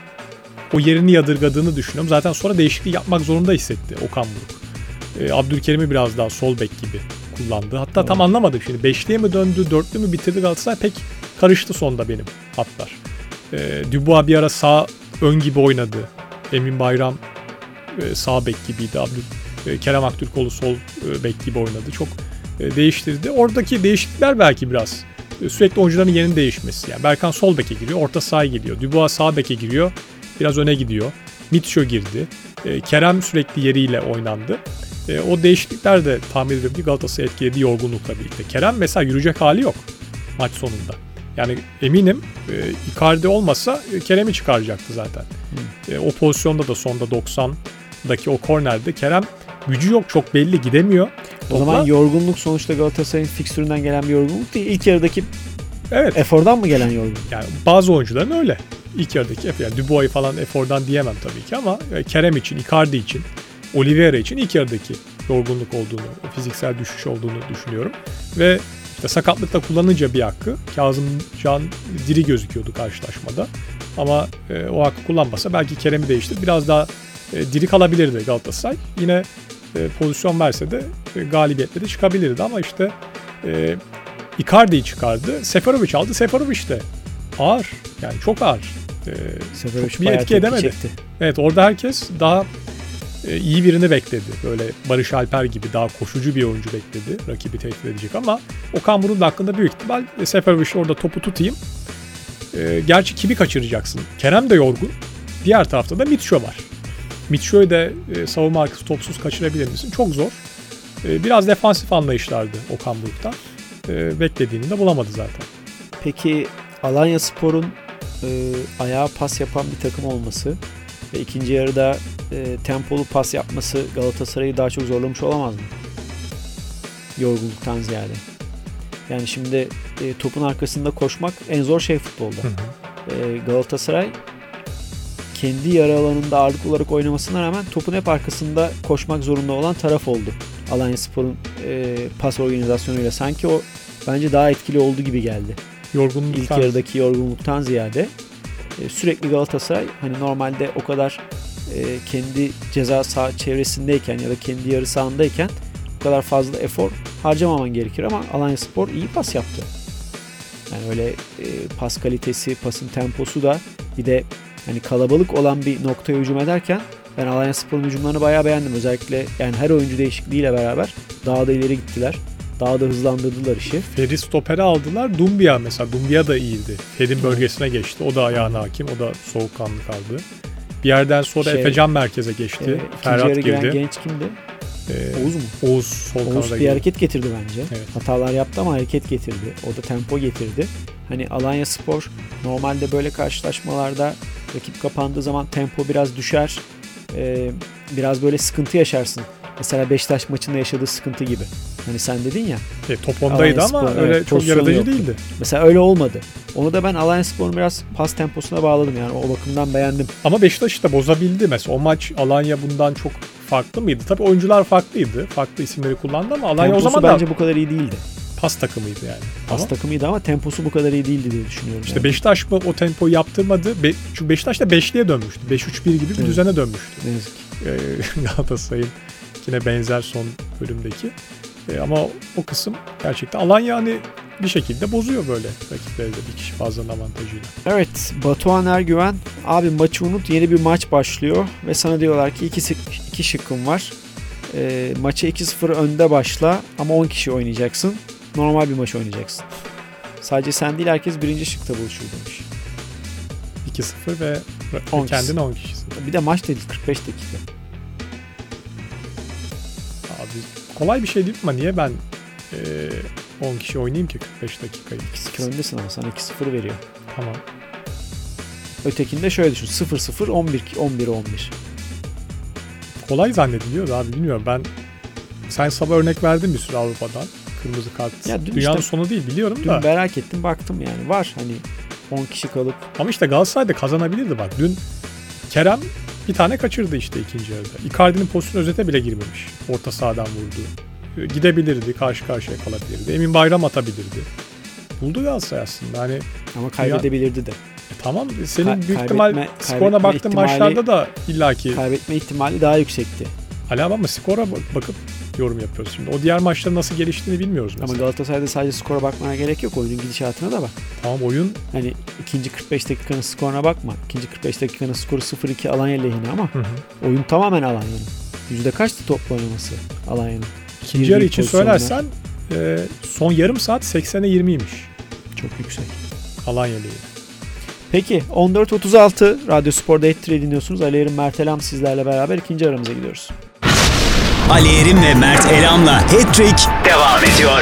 o yerini yadırgadığını düşünüyorum. Zaten sonra değişikliği yapmak zorunda hissetti Okan Buruk. E, Abdülkerim'i biraz daha sol bek gibi kullandı. Hatta hmm. tam anlamadım şimdi. Beşliye mi döndü, dörtlü mü bitirdi Galatasaray? Pek karıştı sonda benim hatlar. E, Dubois bir ara sağ ön gibi oynadı. Emin Bayram e, sağ bek gibiydi. Abdül, e, Kerem Aktürkoğlu sol e, bek gibi oynadı. Çok değiştirdi. Oradaki değişiklikler belki biraz sürekli oyuncuların yerinin değişmesi. Yani Berkan sol beke giriyor, orta sağa geliyor. Dubois sağ beke giriyor, biraz öne gidiyor. Mitcho girdi. Kerem sürekli yeriyle oynandı. O değişiklikler de tahmin ediyorum ki Galatasaray'ı etkiledi yorgunlukla birlikte. Kerem mesela yürüyecek hali yok maç sonunda. Yani eminim Icardi olmasa Kerem'i çıkaracaktı zaten. Hmm. O pozisyonda da sonda doksandaki o kornerde Kerem gücü yok, çok belli, gidemiyor. O Topla. zaman yorgunluk sonuçta Galatasaray'ın fikstüründen gelen bir yorgunluk değil. İlk yarıdaki evet. efordan mı gelen yorgunluk? Yani bazı oyuncuların öyle. İlk yarıdaki efor. Yani Dubois'u falan efordan diyemem tabii ki ama Kerem için, Icardi için, Oliveira için ilk yarıdaki yorgunluk olduğunu, fiziksel düşüş olduğunu düşünüyorum. Ve işte sakatlıkta kullanınca bir hakkı. Kazım Can diri gözüküyordu karşılaşmada. Ama e, o hakkı kullanmasa belki Kerem'i değiştirip biraz daha e, diri kalabilirdi Galatasaray. Yine E, pozisyon verse de e, galibiyetle de çıkabilirdi ama işte e, Icardi'yi çıkardı. Seferovic aldı. Seferovic de ağır. Yani çok ağır. E, çok bir etki edemedi. Çekti. Evet, orada herkes daha e, iyi birini bekledi. Böyle Barış Alper gibi daha koşucu bir oyuncu bekledi. Rakibi tehdit edecek ama Okan Buruk'un da hakkında büyük ihtimal e, Seferovic orada topu tutayım. E, gerçi kimi kaçıracaksın? Kerem de yorgun. Diğer tarafta da Mitcho var. Mitcho'yu da e, savunma arkası topsuz kaçırabilir misin? Çok zor. E, biraz defansif anlayışlardı Okan Buruk'tan. E, beklediğini de bulamadı zaten. Peki Alanyaspor'un e, ayağa pas yapan bir takım olması ve ikinci yarıda e, tempolu pas yapması Galatasaray'ı daha çok zorlamış olamaz mı? Yorgunluktan ziyade. Yani şimdi e, topun arkasında koşmak en zor şey futbolda. Hı hı. E, Galatasaray kendi yarı alanında ağırlık olarak oynamasına rağmen topun hep arkasında koşmak zorunda olan taraf oldu. Alanyaspor'un e, pas organizasyonuyla sanki o bence daha etkili oldu gibi geldi. Yorgunluktan. İlk yarıdaki yorgunluktan ziyade e, sürekli Galatasaray hani normalde o kadar e, kendi ceza saha çevresindeyken ya da kendi yarı sahasındayken o kadar fazla efor harcamaman gerekir ama Alanyaspor iyi pas yaptı. Yani öyle e, pas kalitesi, pasın temposu da bir de hani kalabalık olan bir noktaya hücum ederken ben Alanyaspor'un hücumlarını bayağı beğendim. Özellikle yani her oyuncu değişikliğiyle beraber daha da ileri gittiler. Daha da hızlandırdılar işi. Fer'i stopere aldılar. Doumbia mesela. Doumbia da iyiydi. Fer'in bölgesine geçti. O da ayağına hakim. O da soğukkanlı kaldı. Bir yerden sonra Şey, Efecan merkeze geçti. E, ikinci Ferhat yarı girdi. giren genç kimdi? Ee, Oğuz mu? Oğuz sol Oğuz kanada bir girdi. hareket getirdi bence. Evet. Hatalar yaptı ama hareket getirdi. O da tempo getirdi. Hani Alanyaspor normalde böyle karşılaşmalarda rakip kapandığı zaman tempo biraz düşer. Ee, biraz böyle sıkıntı yaşarsın. Mesela Beşiktaş maçında yaşadığı sıkıntı gibi. Hani sen dedin ya. E, top ondaydı ama Alanyaspor, öyle evet, çok yaratıcı yoktu. değildi. Mesela öyle olmadı. Onu da ben Alanyaspor'un biraz pas temposuna bağladım yani. O bakımdan beğendim. Ama Beşiktaş da bozabildi. Mesela o maç Alanya bundan çok farklı mıydı? Tabii oyuncular farklıydı. Farklı isimleri kullandı ama Alanya Temposu o zaman bence da bu kadar iyi değildi. pas takımıydı yani. Pas Ama takımıydı ama temposu bu kadar iyi değildi diye düşünüyorum. İşte yani. Beşiktaş mı o tempoyu yaptırmadı? Be- çünkü Beşiktaş da beşliye dönmüştü. beş üç bir gibi bir Evet. düzene dönmüştü. Ne yazık ki. Ee, Galatasaray'ın yine benzer son bölümdeki. Ee, ama o kısım gerçekten Alanya hani bir şekilde bozuyor böyle rakipleri de bir kişi fazlanın avantajıyla. Evet, Batuhan Ergüven, abi maçı unut, yeni bir maç başlıyor ve sana diyorlar ki iki, iki şıkkın var. E, maça iki sıfır önde başla ama on kişi oynayacaksın. Normal bir maç oynayacaksın. Sadece sen değil, herkes birinci şıkta buluşuyor demiş. iki sıfır ve on kendine on kişisi. Bir de maç değil, kırk beş dakika. Abi kolay bir şey değil ama niye ben e, on kişi oynayayım ki kırk beş dakikayı? iki sıfır öndesin ama sana iki sıfır veriyor. Tamam. Ötekinde şöyle düşün, sıfır sıfır on bir on bir on bir. Kolay zannediliyor da abi bilmiyorum ben. Sen sabah örnek verdin bir sürü Avrupa'dan. Kırmızı kart. Ya dün Dünyanın işte- sonu değil biliyorum Dün da. merak ettim, baktım yani var hani on kişi kalıp. Ama işte Galatasaray da kazanabilirdi bak. Dün Kerem bir tane kaçırdı işte ikinci yarıda. Icardi'nin pozisyon özete bile girmemiş. Orta sahadan vurdu. Gidebilirdi, karşı karşıya kalabilirdi. Emin Bayram atabilirdi. Buldu Galatasaray aslında. Hani Ama kaybedebilirdi de. e, tamam senin Ka- büyük ihtimal kaybetme- skoruna kaybetme baktığın ihtimali- maçlarda da illaki Kaybetme ihtimali daha yüksekti. Ali abi ama skora bak- bakıp yorum yapıyoruz şimdi. O diğer maçların nasıl geliştiğini bilmiyoruz mesela. Ama Galatasaray'da sadece skora bakmana gerek yok. Oyunun gidişatına da bak. Tamam oyun Hani ikinci kırk beş dakikanın skoruna bakma. İkinci kırk beş dakikanın skoru sıfır iki Alanya lehine ama hı hı. oyun tamamen Alanya'nın. Yüzde kaçtı toplu oynaması Alanya'nın? ikinci yarı Girdiği için pozisyonlar söylersen e, son yarım saat seksene yirmiymiş Çok yüksek. Alanya lehine. Peki on dört otuz altı Radyo Spor'da Ettire'yi dinliyorsunuz. Ali Erim, Mert Elam sizlerle beraber ikinci aramıza gidiyoruz. Ali Erim ve Mert Elam'la Hat-Trick devam ediyor.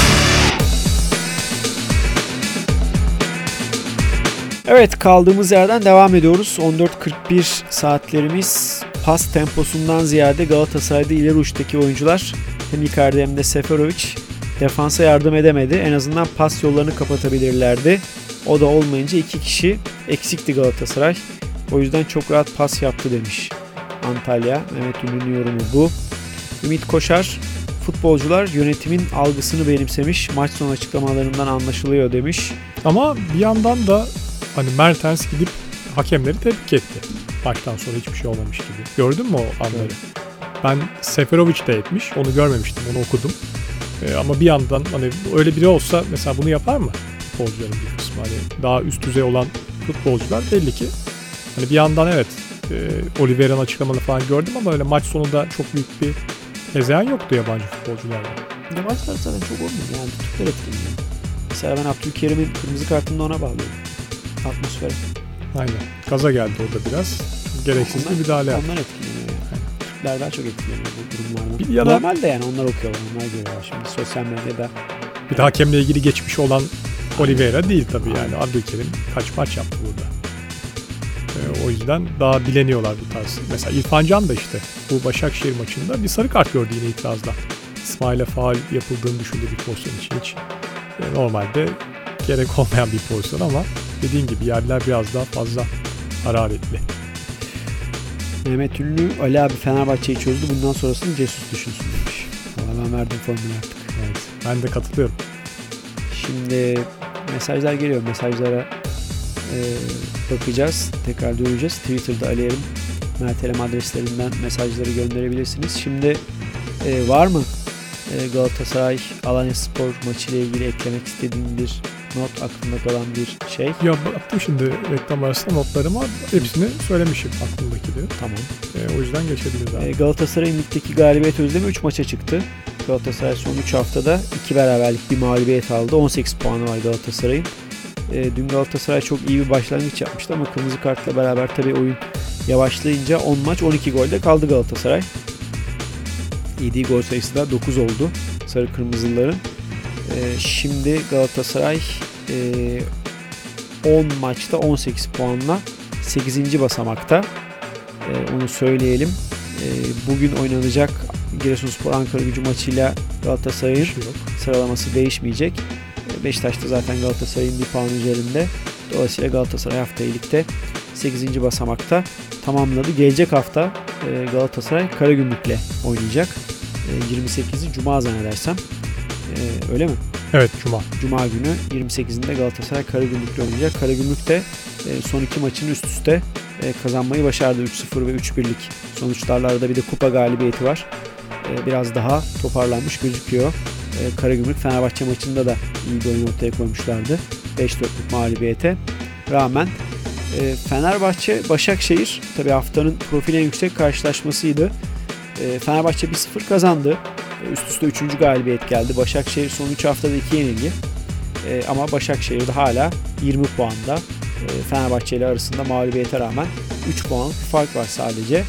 Evet, kaldığımız yerden devam ediyoruz. on dört kırk bir saatlerimiz pas temposundan ziyade Galatasaray'da ileri uçtaki oyuncular hem Icardi hem de Seferovic defansa yardım edemedi. En azından pas yollarını kapatabilirlerdi. O da olmayınca iki kişi eksikti Galatasaray. O yüzden çok rahat pas yaptı demiş Antalya. Mehmet Ünlü'nün yorumu bu. Ümit Koşar, futbolcular yönetimin algısını benimsemiş. Maç sonu açıklamalarından anlaşılıyor demiş. Ama bir yandan da hani Mertens gidip hakemleri tebrik etti. Maçtan sonra hiçbir şey olmamış gibi. Gördün mü o anları? Evet. Ben Seferovic de etmiş. Onu görmemiştim. Onu okudum. Ee, ama bir yandan hani öyle biri olsa mesela bunu yapar mı? Futbolcuların bir kısmı. Hani daha üst düzey olan futbolcular belli ki. Hani bir yandan evet e, Oliveira'nın açıklamaını falan gördüm ama öyle maç sonunda çok büyük bir hezeyan yoktu yabancı futbolcularda. Ne maçlar zaten çok olmuyor. Yani Türkler etkileniyor. Mesela ben Abdülkerim'in kırmızı kartını da ona bağlıyorum. Atmosfere. Aynen. Gaza geldi orada biraz. Gereksiz Onlar- bir müdahale yaptı. Onlar etkileniyor yani. Türkler daha çok etkileniyor bu durumlardan. Bir ya da- Normalde yani onlar okuyorlar, onlar görüyorlar. Şimdi sosyal medyada Bir de hakemle ilgili geçmiş olan Oliveira değil tabii yani. Abdülkerim kaç maç yaptı burada. Ee, o yüzden daha bileniyorlar bu tarz. Mesela İrfan Can da işte bu Başakşehir maçında bir sarı kart gördü yine itirazla. İsmail'e faul yapıldığını düşündüğü bir pozisyon için hiç e, normalde gerek olmayan bir pozisyon ama dediğin gibi yerler biraz daha fazla hararetli. Mehmet Ünlü, Ali abi Fenerbahçe'yi çözdü. Bundan sonrasını Cesus düşünsün demiş. Valla ben verdim formülü artık. Evet, ben de katılıyorum. Şimdi mesajlar geliyor. Mesajlara e, bakacağız. Tekrar döneceğiz. Twitter'da Ali Erim, Mert Elem adreslerinden mesajları gönderebilirsiniz. Şimdi e, var mı e, Galatasaray Alanyaspor maçı ile ilgili eklemek istediğin bir not, aklında kalan bir şey? Ya baktım şimdi reklam arasında notlarıma hepsini söylemişim aklımdakileri. Tamam. E, o yüzden geçebiliriz abi. E, Galatasaray'ın ligdeki galibiyet özlemi üç maça çıktı. Galatasaray son üç haftada iki beraberlik bir mağlubiyet aldı. on sekiz puanı var Galatasaray'ın. E, dün Galatasaray çok iyi bir başlangıç yapmıştı ama kırmızı kartla beraber tabii oyun yavaşlayınca on maç on iki golde kaldı Galatasaray. Yediği gol sayısı da dokuz oldu sarı kırmızıların. Ee, şimdi Galatasaray e, on maçta on sekiz puanla sekizinci basamakta. Ee, onu söyleyelim. Ee, bugün oynanacak Giresunspor Ankaragücü maçıyla Galatasaray'ın şey sıralaması değişmeyecek. Beşiktaş'ta zaten Galatasaray'ın bir puan üzerinde. Dolayısıyla Galatasaray haftayı ligde sekizinci basamakta tamamladı. Gelecek hafta Galatasaray Karagümrük'le oynayacak. yirmi sekizi Cuma zannedersem. Öyle mi? Evet, Cuma. Cuma günü yirmi sekizinde Galatasaray Karagümrük'le oynayacak. Karagümrük de son iki maçını üst üste kazanmayı başardı. üç sıfır ve üç birlik sonuçlarla da bir de kupa galibiyeti var. Biraz daha toparlanmış gözüküyor. Karagümrük Fenerbahçe maçında da iyi bir oyun ortaya koymuşlardı. beş dörtlük mağlubiyete rağmen. Fenerbahçe Başakşehir tabii haftanın profili en yüksek karşılaşmasıydı. Fenerbahçe bir sıfır kazandı. Üst üste üçüncü galibiyet geldi. Başakşehir son üç haftada iki yenilgi. Ama Başakşehir'de hala yirmi puanda. Fenerbahçe ile arasında mağlubiyete rağmen üç puanlık bir fark var sadece.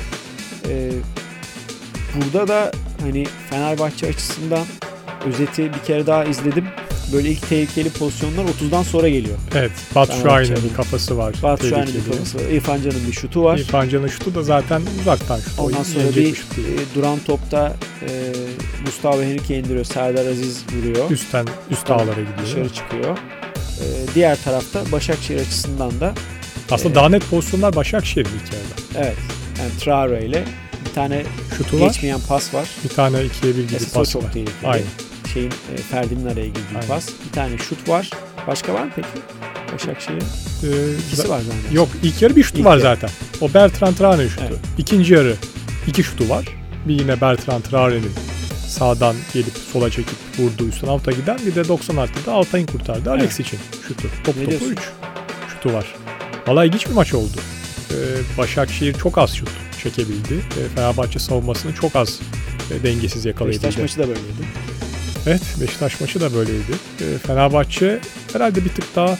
Burada da hani Fenerbahçe açısından özeti bir kere daha izledim. Böyle ilk tehlikeli pozisyonlar otuzdan sonra geliyor. Evet. Batshuayi'nin bir kafası var. Batshuayi'nin bir kafası var. İrfan Can'ın bir şutu var. İrfan Can'ın şutu da zaten uzaktan şut. Ondan sonra bir e, duran topta e, Gustavo Henrique indiriyor. Serdar Aziz vuruyor. Üstten üst ağlara gidiyor. Dışarı çıkıyor. E, diğer tarafta Başakşehir açısından da aslında e, daha net pozisyonlar Başakşehir'in ilk yarıda. Evet. Yani Traore ile bir tane şutu geçmeyen var. Pas var. Bir tane ikiye bir gibi pas çok var. Tehlikeli. Aynen. Şeyin e, Ferdi'nin araya girdiği Aynen. pas. Bir tane şut var. Başka var mı peki? Başakşehir'in ee, ikisi var zaten. Yok, ilk yarı bir şutu ilk var yarı. zaten. O Bertrand Traore'nin şutu. Evet. İkinci yarı iki şutu var. Bir yine Bertrand Traore'nin sağdan gelip sola çekip vurduğu üstten alta giden, bir de doksan artıda Altay'ın kurtardı. Evet. Alex için şutu. Top ne topu üç şutu var. Vallahi ilginç bir maç oldu. Ee, Başakşehir çok az şut çekebildi. Ee, Fenerbahçe savunmasını çok az e, dengesiz yakalayabildi. Beşiktaş maçı da böyleydi. Evet, Beşiktaş maçı da böyleydi. E, Fenerbahçe herhalde bir tık daha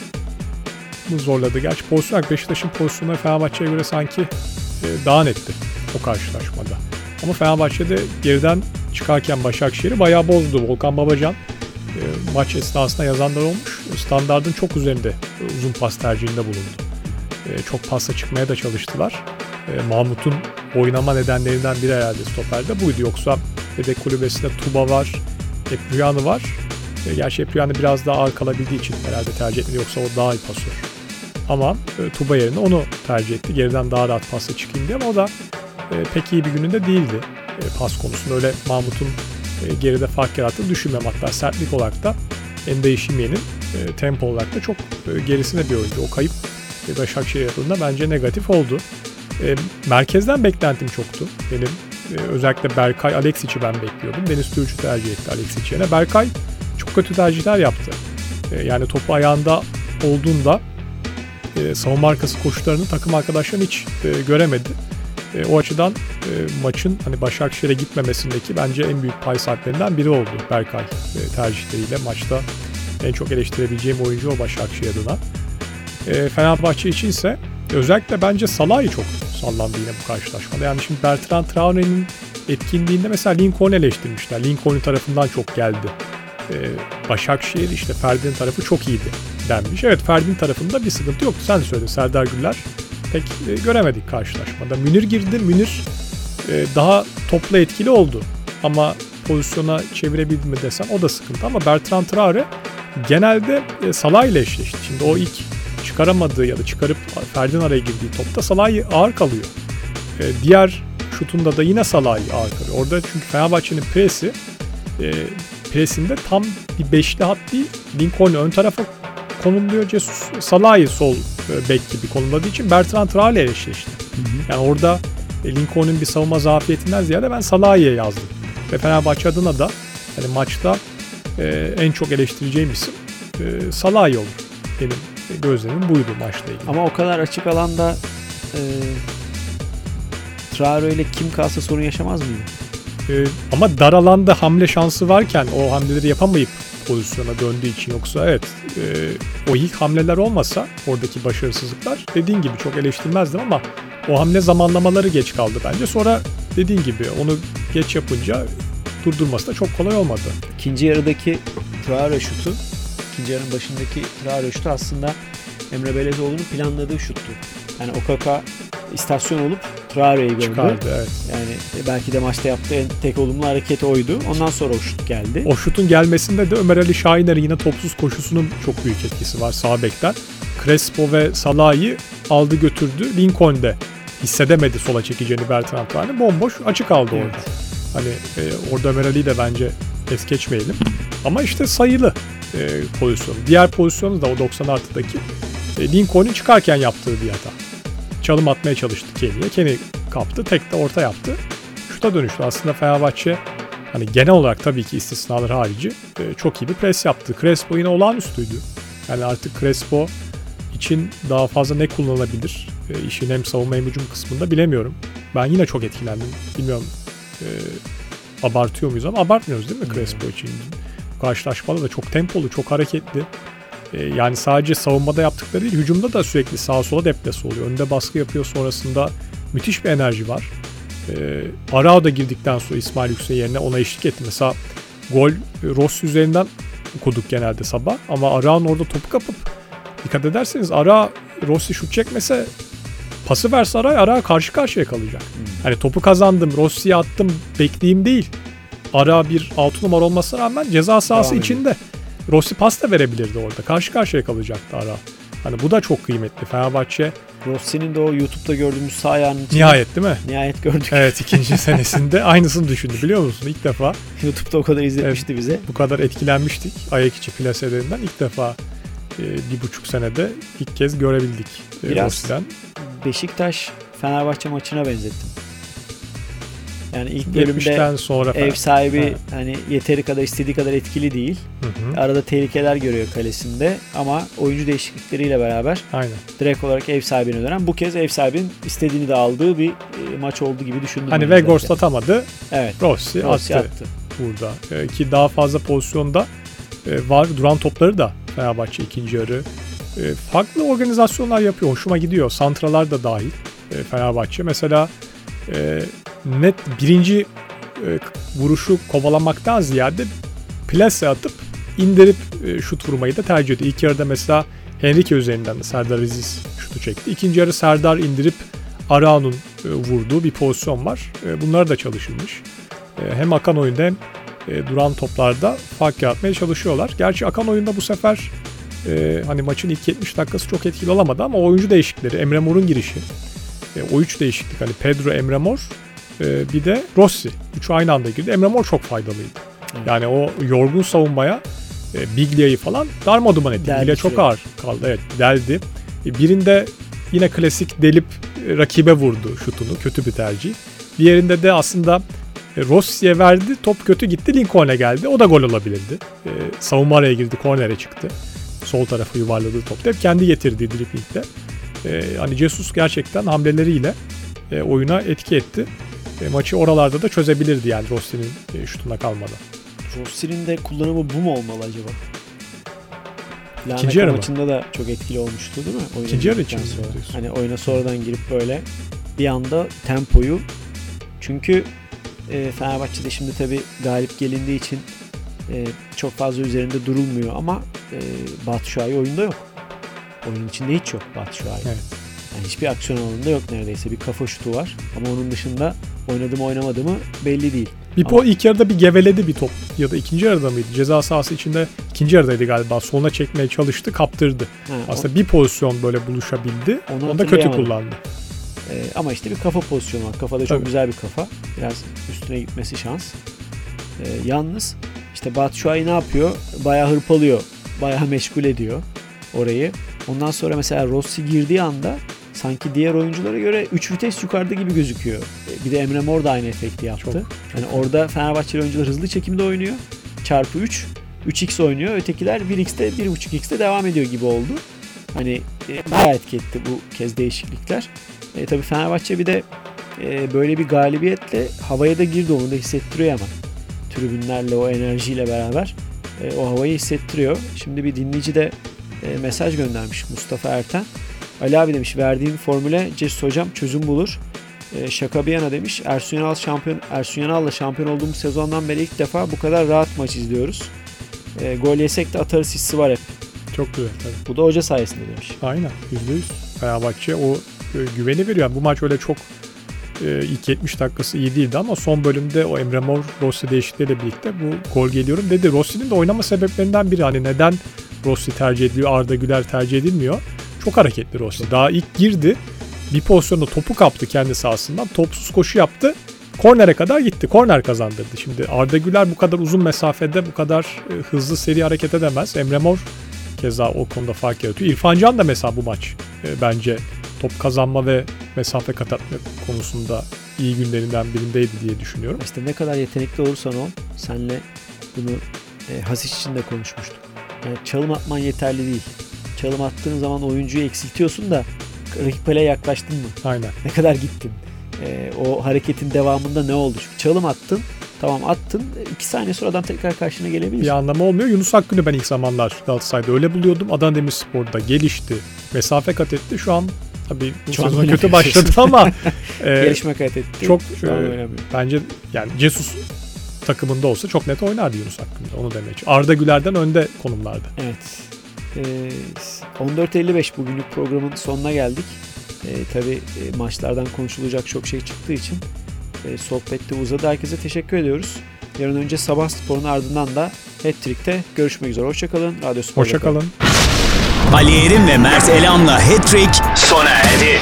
mı zorladı? Gerçi pozisyon, Beşiktaş'ın pozisyonları Fenerbahçe'ye göre sanki e, daha netti o karşılaşmada. Ama Fenerbahçe'de geriden çıkarken Başakşehir'i bayağı bozdu. Volkan Babacan e, maç esnasında yazanlar olmuş. Standardın çok üzerinde uzun pas tercihinde bulundu. E, çok pasla çıkmaya da çalıştılar. E, Mahmut'un oynama nedenlerinden biri herhalde stoperde buydu. Yoksa yedek kulübesinde Tuba var, Eprüyan'ı var. E, gerçi Eprüyan'ı biraz daha ağır kalabildiği için herhalde tercih etmedi. Yoksa o daha iyi pasör. Ama e, Tuba yerine onu tercih etti. Geriden daha rahat pasla çıkayım diye, ama o da e, pek iyi bir gününde değildi. E, pas konusunda öyle Mahmut'un e, geride fark yarattığını düşünmem. Hatta sertlik olarak da Ende Işimiye'nin e, tempo olarak da çok e, gerisine bir oyuncu. O kayıp e, Başakşehir adına bence negatif oldu. E, merkezden beklentim çoktu. Benim e, özellikle Berkay, Alexic'i ben bekliyordum. Deniz Türüç'ü tercih etti Alexic yerine. Berkay çok kötü tercihler yaptı. E, yani topu ayağında olduğunda e, savunma arkası koşularını takım arkadaşlarının hiç e, göremedi. E, o açıdan e, maçın hani Başakşehir'e gitmemesindeki bence en büyük pay sahiplerinden biri oldu Berkay e, tercihleriyle. Maçta en çok eleştirebileceğim oyuncu o Başakşehir adına. E, Fenerbahçe için ise özellikle bence Salah'ı çok sallandı yine bu karşılaşmada. Yani şimdi Bertrand Traore'nin etkinliğinde mesela Lincoln'u eleştirmişler. Lincoln tarafından çok geldi. Ee, Başakşehir işte Ferdi'nin tarafı çok iyiydi denmiş. Evet, Ferdi'nin tarafında bir sıkıntı yoktu. Sen de söyledin, Serdar Güller pek e, göremedik karşılaşmada. Münir girdi. Münir e, daha topla etkili oldu. Ama pozisyona çevirebildi mi desem o da sıkıntı. Ama Bertrand Traore genelde e, Salah ile eşleşti. Şimdi o ilk çıkaramadığı ya da çıkarıp Ferdi'nin araya girdiği topta Salah'ı ağır kalıyor. Ee, diğer şutunda da yine Salah'ı ağır kalıyor. Orada çünkü Fenerbahçe'nin presi e, presinde tam bir beşli hat değil. Lincoln'u ön tarafa konumluyor Jesus. Salah'ı sol e, bek gibi konumladığı için Bertrand Traore ile eşleşti. Hı hı. Yani orada e, Lincoln'un bir savunma zafiyetinden ziyade ben Salah'ı yazdım. Ve Fenerbahçe adına da hani maçta e, en çok eleştireceğim isim e, Salah'ı olur. Benim gözlemim buydu maçla ilgili. Ama o kadar açık alanda e, Traore ile kim kalsa sorun yaşamaz mıydı? E, ama dar alanda hamle şansı varken o hamleleri yapamayıp pozisyona döndüğü için, yoksa evet e, o ilk hamleler olmasa oradaki başarısızlıklar dediğin gibi çok eleştirmezdim, ama O hamle zamanlamaları geç kaldı bence. Sonra dediğin gibi onu geç yapınca durdurması da çok kolay olmadı. İkinci yarıdaki Traore şutu, ikinci yarının başındaki Traore şutu aslında Emre Belezoğlu'nun planladığı şuttu. Yani Okaka istasyon olup Traore'yi gördü. Çıkardı, evet. Yani belki de maçta yaptığı en tek olumlu hareket oydu. Ondan sonra o şut geldi. O şutun gelmesinde de Ömer Ali Şahiner'in yine topsuz koşusunun çok büyük etkisi var sağ bekten. Crespo ve Salah'ı aldı götürdü. Lincoln de hissedemedi sola çekeceğini Bertrand Traore. Bomboş açık kaldı evet. orada. Hani e, orada Ömer Ali'yi de bence es geçmeyelim. Ama işte sayılı e, pozisyon. Diğer pozisyonu da o doksan artıdaki e, Lincoln'un çıkarken yaptığı bir hata. Çalım atmaya çalıştı Kenny'ye. Kenny kaptı. Tek de orta yaptı. Şuta dönüştü. Aslında Fenerbahçe hani genel olarak tabii ki istisnalar harici e, çok iyi bir pres yaptı. Crespo yine olağanüstüydü. Yani artık Crespo için daha fazla ne kullanılabilir? E, işin hem savunma hem hücum kısmında bilemiyorum. Ben yine çok etkilendim. Bilmiyorum e, abartıyor muyuz ama abartmıyoruz değil mi Crespo için? Karşılaşmada da çok tempolu, çok hareketli. E, yani sadece savunmada yaptıkları değil, hücumda da sürekli sağa sola deplase oluyor. Önde baskı yapıyor, sonrasında müthiş bir enerji var. E, Arao da girdikten sonra İsmail Yüksek yerine ona eşlik etti. Mesela gol Rossi üzerinden okuduk genelde sabah ama Arao'nun orada topu kapıp dikkat ederseniz Arao Rossi şut çekmese pası verse Arao, Arao karşı karşıya kalacak. Hmm. Hani topu kazandım, Rossi'ye attım, bekleyeyim değil. Arao bir altı numara olmasına rağmen ceza sahası tamam, içinde. Rossi pas da verebilirdi orada. Karşı karşıya kalacaktı Arao. Hani bu da çok kıymetli. Fenerbahçe Rossi'nin de o YouTube'da gördüğümüz sağ ayağının içinde. Nihayet değil mi? Nihayet gördük. Evet, ikinci senesinde aynısını düşündü biliyor musun? İlk defa. YouTube'da o kadar izletmişti evet, bize. Bu kadar etkilenmiştik. Ayak içi plaselerinden ilk defa e, bir buçuk senede ilk kez görebildik e, Biraz Rossi'den. Beşiktaş Fenerbahçe maçına benzettim. Yani ilk bölümde sonra ev sahibi evet. hani yeteri kadar istediği kadar etkili değil. Hı hı. Arada tehlikeler görüyor kalesinde ama oyuncu değişiklikleriyle beraber aynen. direkt olarak ev sahibine dönen bu kez ev sahibinin istediğini de aldığı bir e, maç olduğu gibi düşündüm. Hani Weghorst atamadı. Evet. Rossi, Rossi attı, attı burada. E, ki daha fazla pozisyonda e, var. Duran topları da Fenerbahçe ikinci yarı e, farklı organizasyonlar yapıyor. Hoşuma gidiyor. Santralar da dahil e, Fenerbahçe. Mesela e, net birinci e, vuruşu kovalamaktan ziyade plase atıp indirip e, şut vurmayı da tercih ediyor. İlk yarıda mesela Henrique üzerinden de Serdar Aziz şutu çekti. İkinci yarı Serdar indirip Arao'nun e, vurduğu bir pozisyon var. E, bunlar da çalışılmış. E, hem akan oyunda hem e, duran toplarda fark yaratmaya çalışıyorlar. Gerçi akan oyunda bu sefer e, hani maçın ilk yetmiş dakikası çok etkili olamadı ama oyuncu değişiklikleri, Emre Mor'un girişi, e, o üç değişiklik hani Pedro, Emre Mor, e, bir de Rossi. Üçü aynı anda girdi. Emre Mor çok faydalıydı. Evet. Yani o yorgun savunmaya e, Biglia'yı falan darmaduman etti. Biglia çok ağır kaldı. Evet, deldi. E, birinde yine klasik delip e, rakibe vurdu şutunu. Kötü bir tercih. Diğerinde de aslında e, Rossi'ye verdi. Top kötü gitti. Lincoln'e geldi. O da gol olabilirdi. E, savunma araya girdi. Kornere çıktı. Sol tarafı yuvarladığı top. Hep kendi getirdiği driplingde. E, hani Jesus gerçekten hamleleriyle e, oyuna etki etti. E, maçı oralarda da çözebilirdi yani Rossi'nin e, şutuna kalmadan. Rossi'nin de kullanımı bu mu olmalı acaba? İkinci yarı maçında da çok etkili olmuştu değil mi? Oyuna İkinci yarı için sonra. Hani oyuna sonradan girip böyle bir anda tempoyu, çünkü e, Fenerbahçe'de şimdi tabii galip gelindiği için e, çok fazla üzerinde durulmuyor ama e, Batshuayi oyunda yok. Oyunun içinde hiç yok Batshuayi. Evet. Yani hiçbir aksiyon alanında yok neredeyse. Bir kafa şutu var ama onun dışında oynadı mı oynamadı mı belli değil. Bir po ilk yarıda bir geveledi bir top ya da ikinci yarıda mıydı? Ceza sahası içinde ikinci yarıdaydı galiba. Soluna çekmeye çalıştı, kaptırdı. Ha, aslında o, bir pozisyon böyle buluşabildi. Onu, onu da kötü kullandı. Ee, ama işte bir kafa pozisyonu var. Kafada çok Tabii. güzel bir kafa. Biraz üstüne gitmesi şans. Ee, yalnız işte Batshuayi ne yapıyor? Bayağı hırpalıyor. Bayağı meşgul ediyor orayı. Ondan sonra mesela Rossi girdiği anda sanki diğer oyunculara göre üç vites yukarıda gibi gözüküyor. Bir de Emre Mor da aynı efekti yaptı. Çok, yani çok orada Fenerbahçeli oyuncular hızlı çekimde oynuyor. Çarpı üç. üç x oynuyor. Ötekiler bir x'te bir buçuk x'te devam ediyor gibi oldu. Hani e, bayağı etki etti bu kez değişiklikler. E, tabii Fenerbahçe bir de e, böyle bir galibiyetle havaya da girdi. Onu da hissettiriyor hemen. Tribünlerle o enerjiyle beraber e, o havayı hissettiriyor. Şimdi bir dinleyici de e, mesaj göndermiş, Mustafa Erten. Ali abi demiş verdiğim formüle Cesus hocam çözüm bulur. E, şaka bir yana demiş. Ersun Yanal şampiyon Ersun Yanal'la şampiyon olduğumuz sezondan beri ilk defa bu kadar rahat maç izliyoruz. E, gol yesek de atarız hissi var hep. Çok güzel tabii. Bu da hoca sayesinde demiş. Aynen yüzde yüz. Fenerbahçe o e, güveni veriyor. Yani bu maç öyle çok e, ilk yetmiş dakikası iyi değildi ama son bölümde o Emre Mor Rossi değişikliğiyle birlikte bu gol geliyorum dedi. Rossi'nin de oynama sebeplerinden biri hani neden Rossi tercih ediliyor, Arda Güler tercih edilmiyor. Çok hareketli Rossi. Daha ilk girdi. Bir pozisyonda topu kaptı kendi sahasından. Topsuz koşu yaptı. Kornere kadar gitti. Korner kazandırdı. Şimdi Arda Güler bu kadar uzun mesafede bu kadar e, hızlı seri hareket edemez. Emre Mor keza o konuda fark yaratıyor. İrfan Can da mesela bu maç e, bence top kazanma ve mesafe kat etme konusunda iyi günlerinden birindeydi diye düşünüyorum. İşte ne kadar yetenekli olursan ol, senle bunu e, Hasic için de konuşmuştuk. Yani çalım atman yeterli değil. Çalım attığın zaman oyuncuyu eksiltiyorsun da rakip kaleye yaklaştın mı? Aynen. Ne kadar gittin? E, o hareketin devamında ne oldu? Çünkü çalım attın, tamam attın, iki saniye sonra adam tekrar karşına gelebilir. Bir anlamı olmuyor. Yunus Akgün'ü ben ilk zamanlar Galatasaray'da öyle buluyordum. Adana Demirspor'da gelişti. Mesafe kat etti. Şu an tabii bu Şu an sezon kötü başladı ama e, gelişme kat etti. Çok Şu an e, bence yani Jesus takımında olsa çok net oynardı Yunus Akgün'de. Onu demeye çalışıyorum. Arda Güler'den önde konumlarda. Evet. Ee, on dört elli beş bugünlük programın sonuna geldik. Ee, tabii e, maçlardan konuşulacak çok şey çıktığı için e, sohbette uzadı. Herkese teşekkür ediyoruz. Yarın önce Sabah Spor'un ardından da Hat-Trick'te görüşmek üzere. Hoşçakalın. Radyo Spor'da Hoşçakalın. Ali Erim ve Mert Elam'la Hat-Trick sona erdi.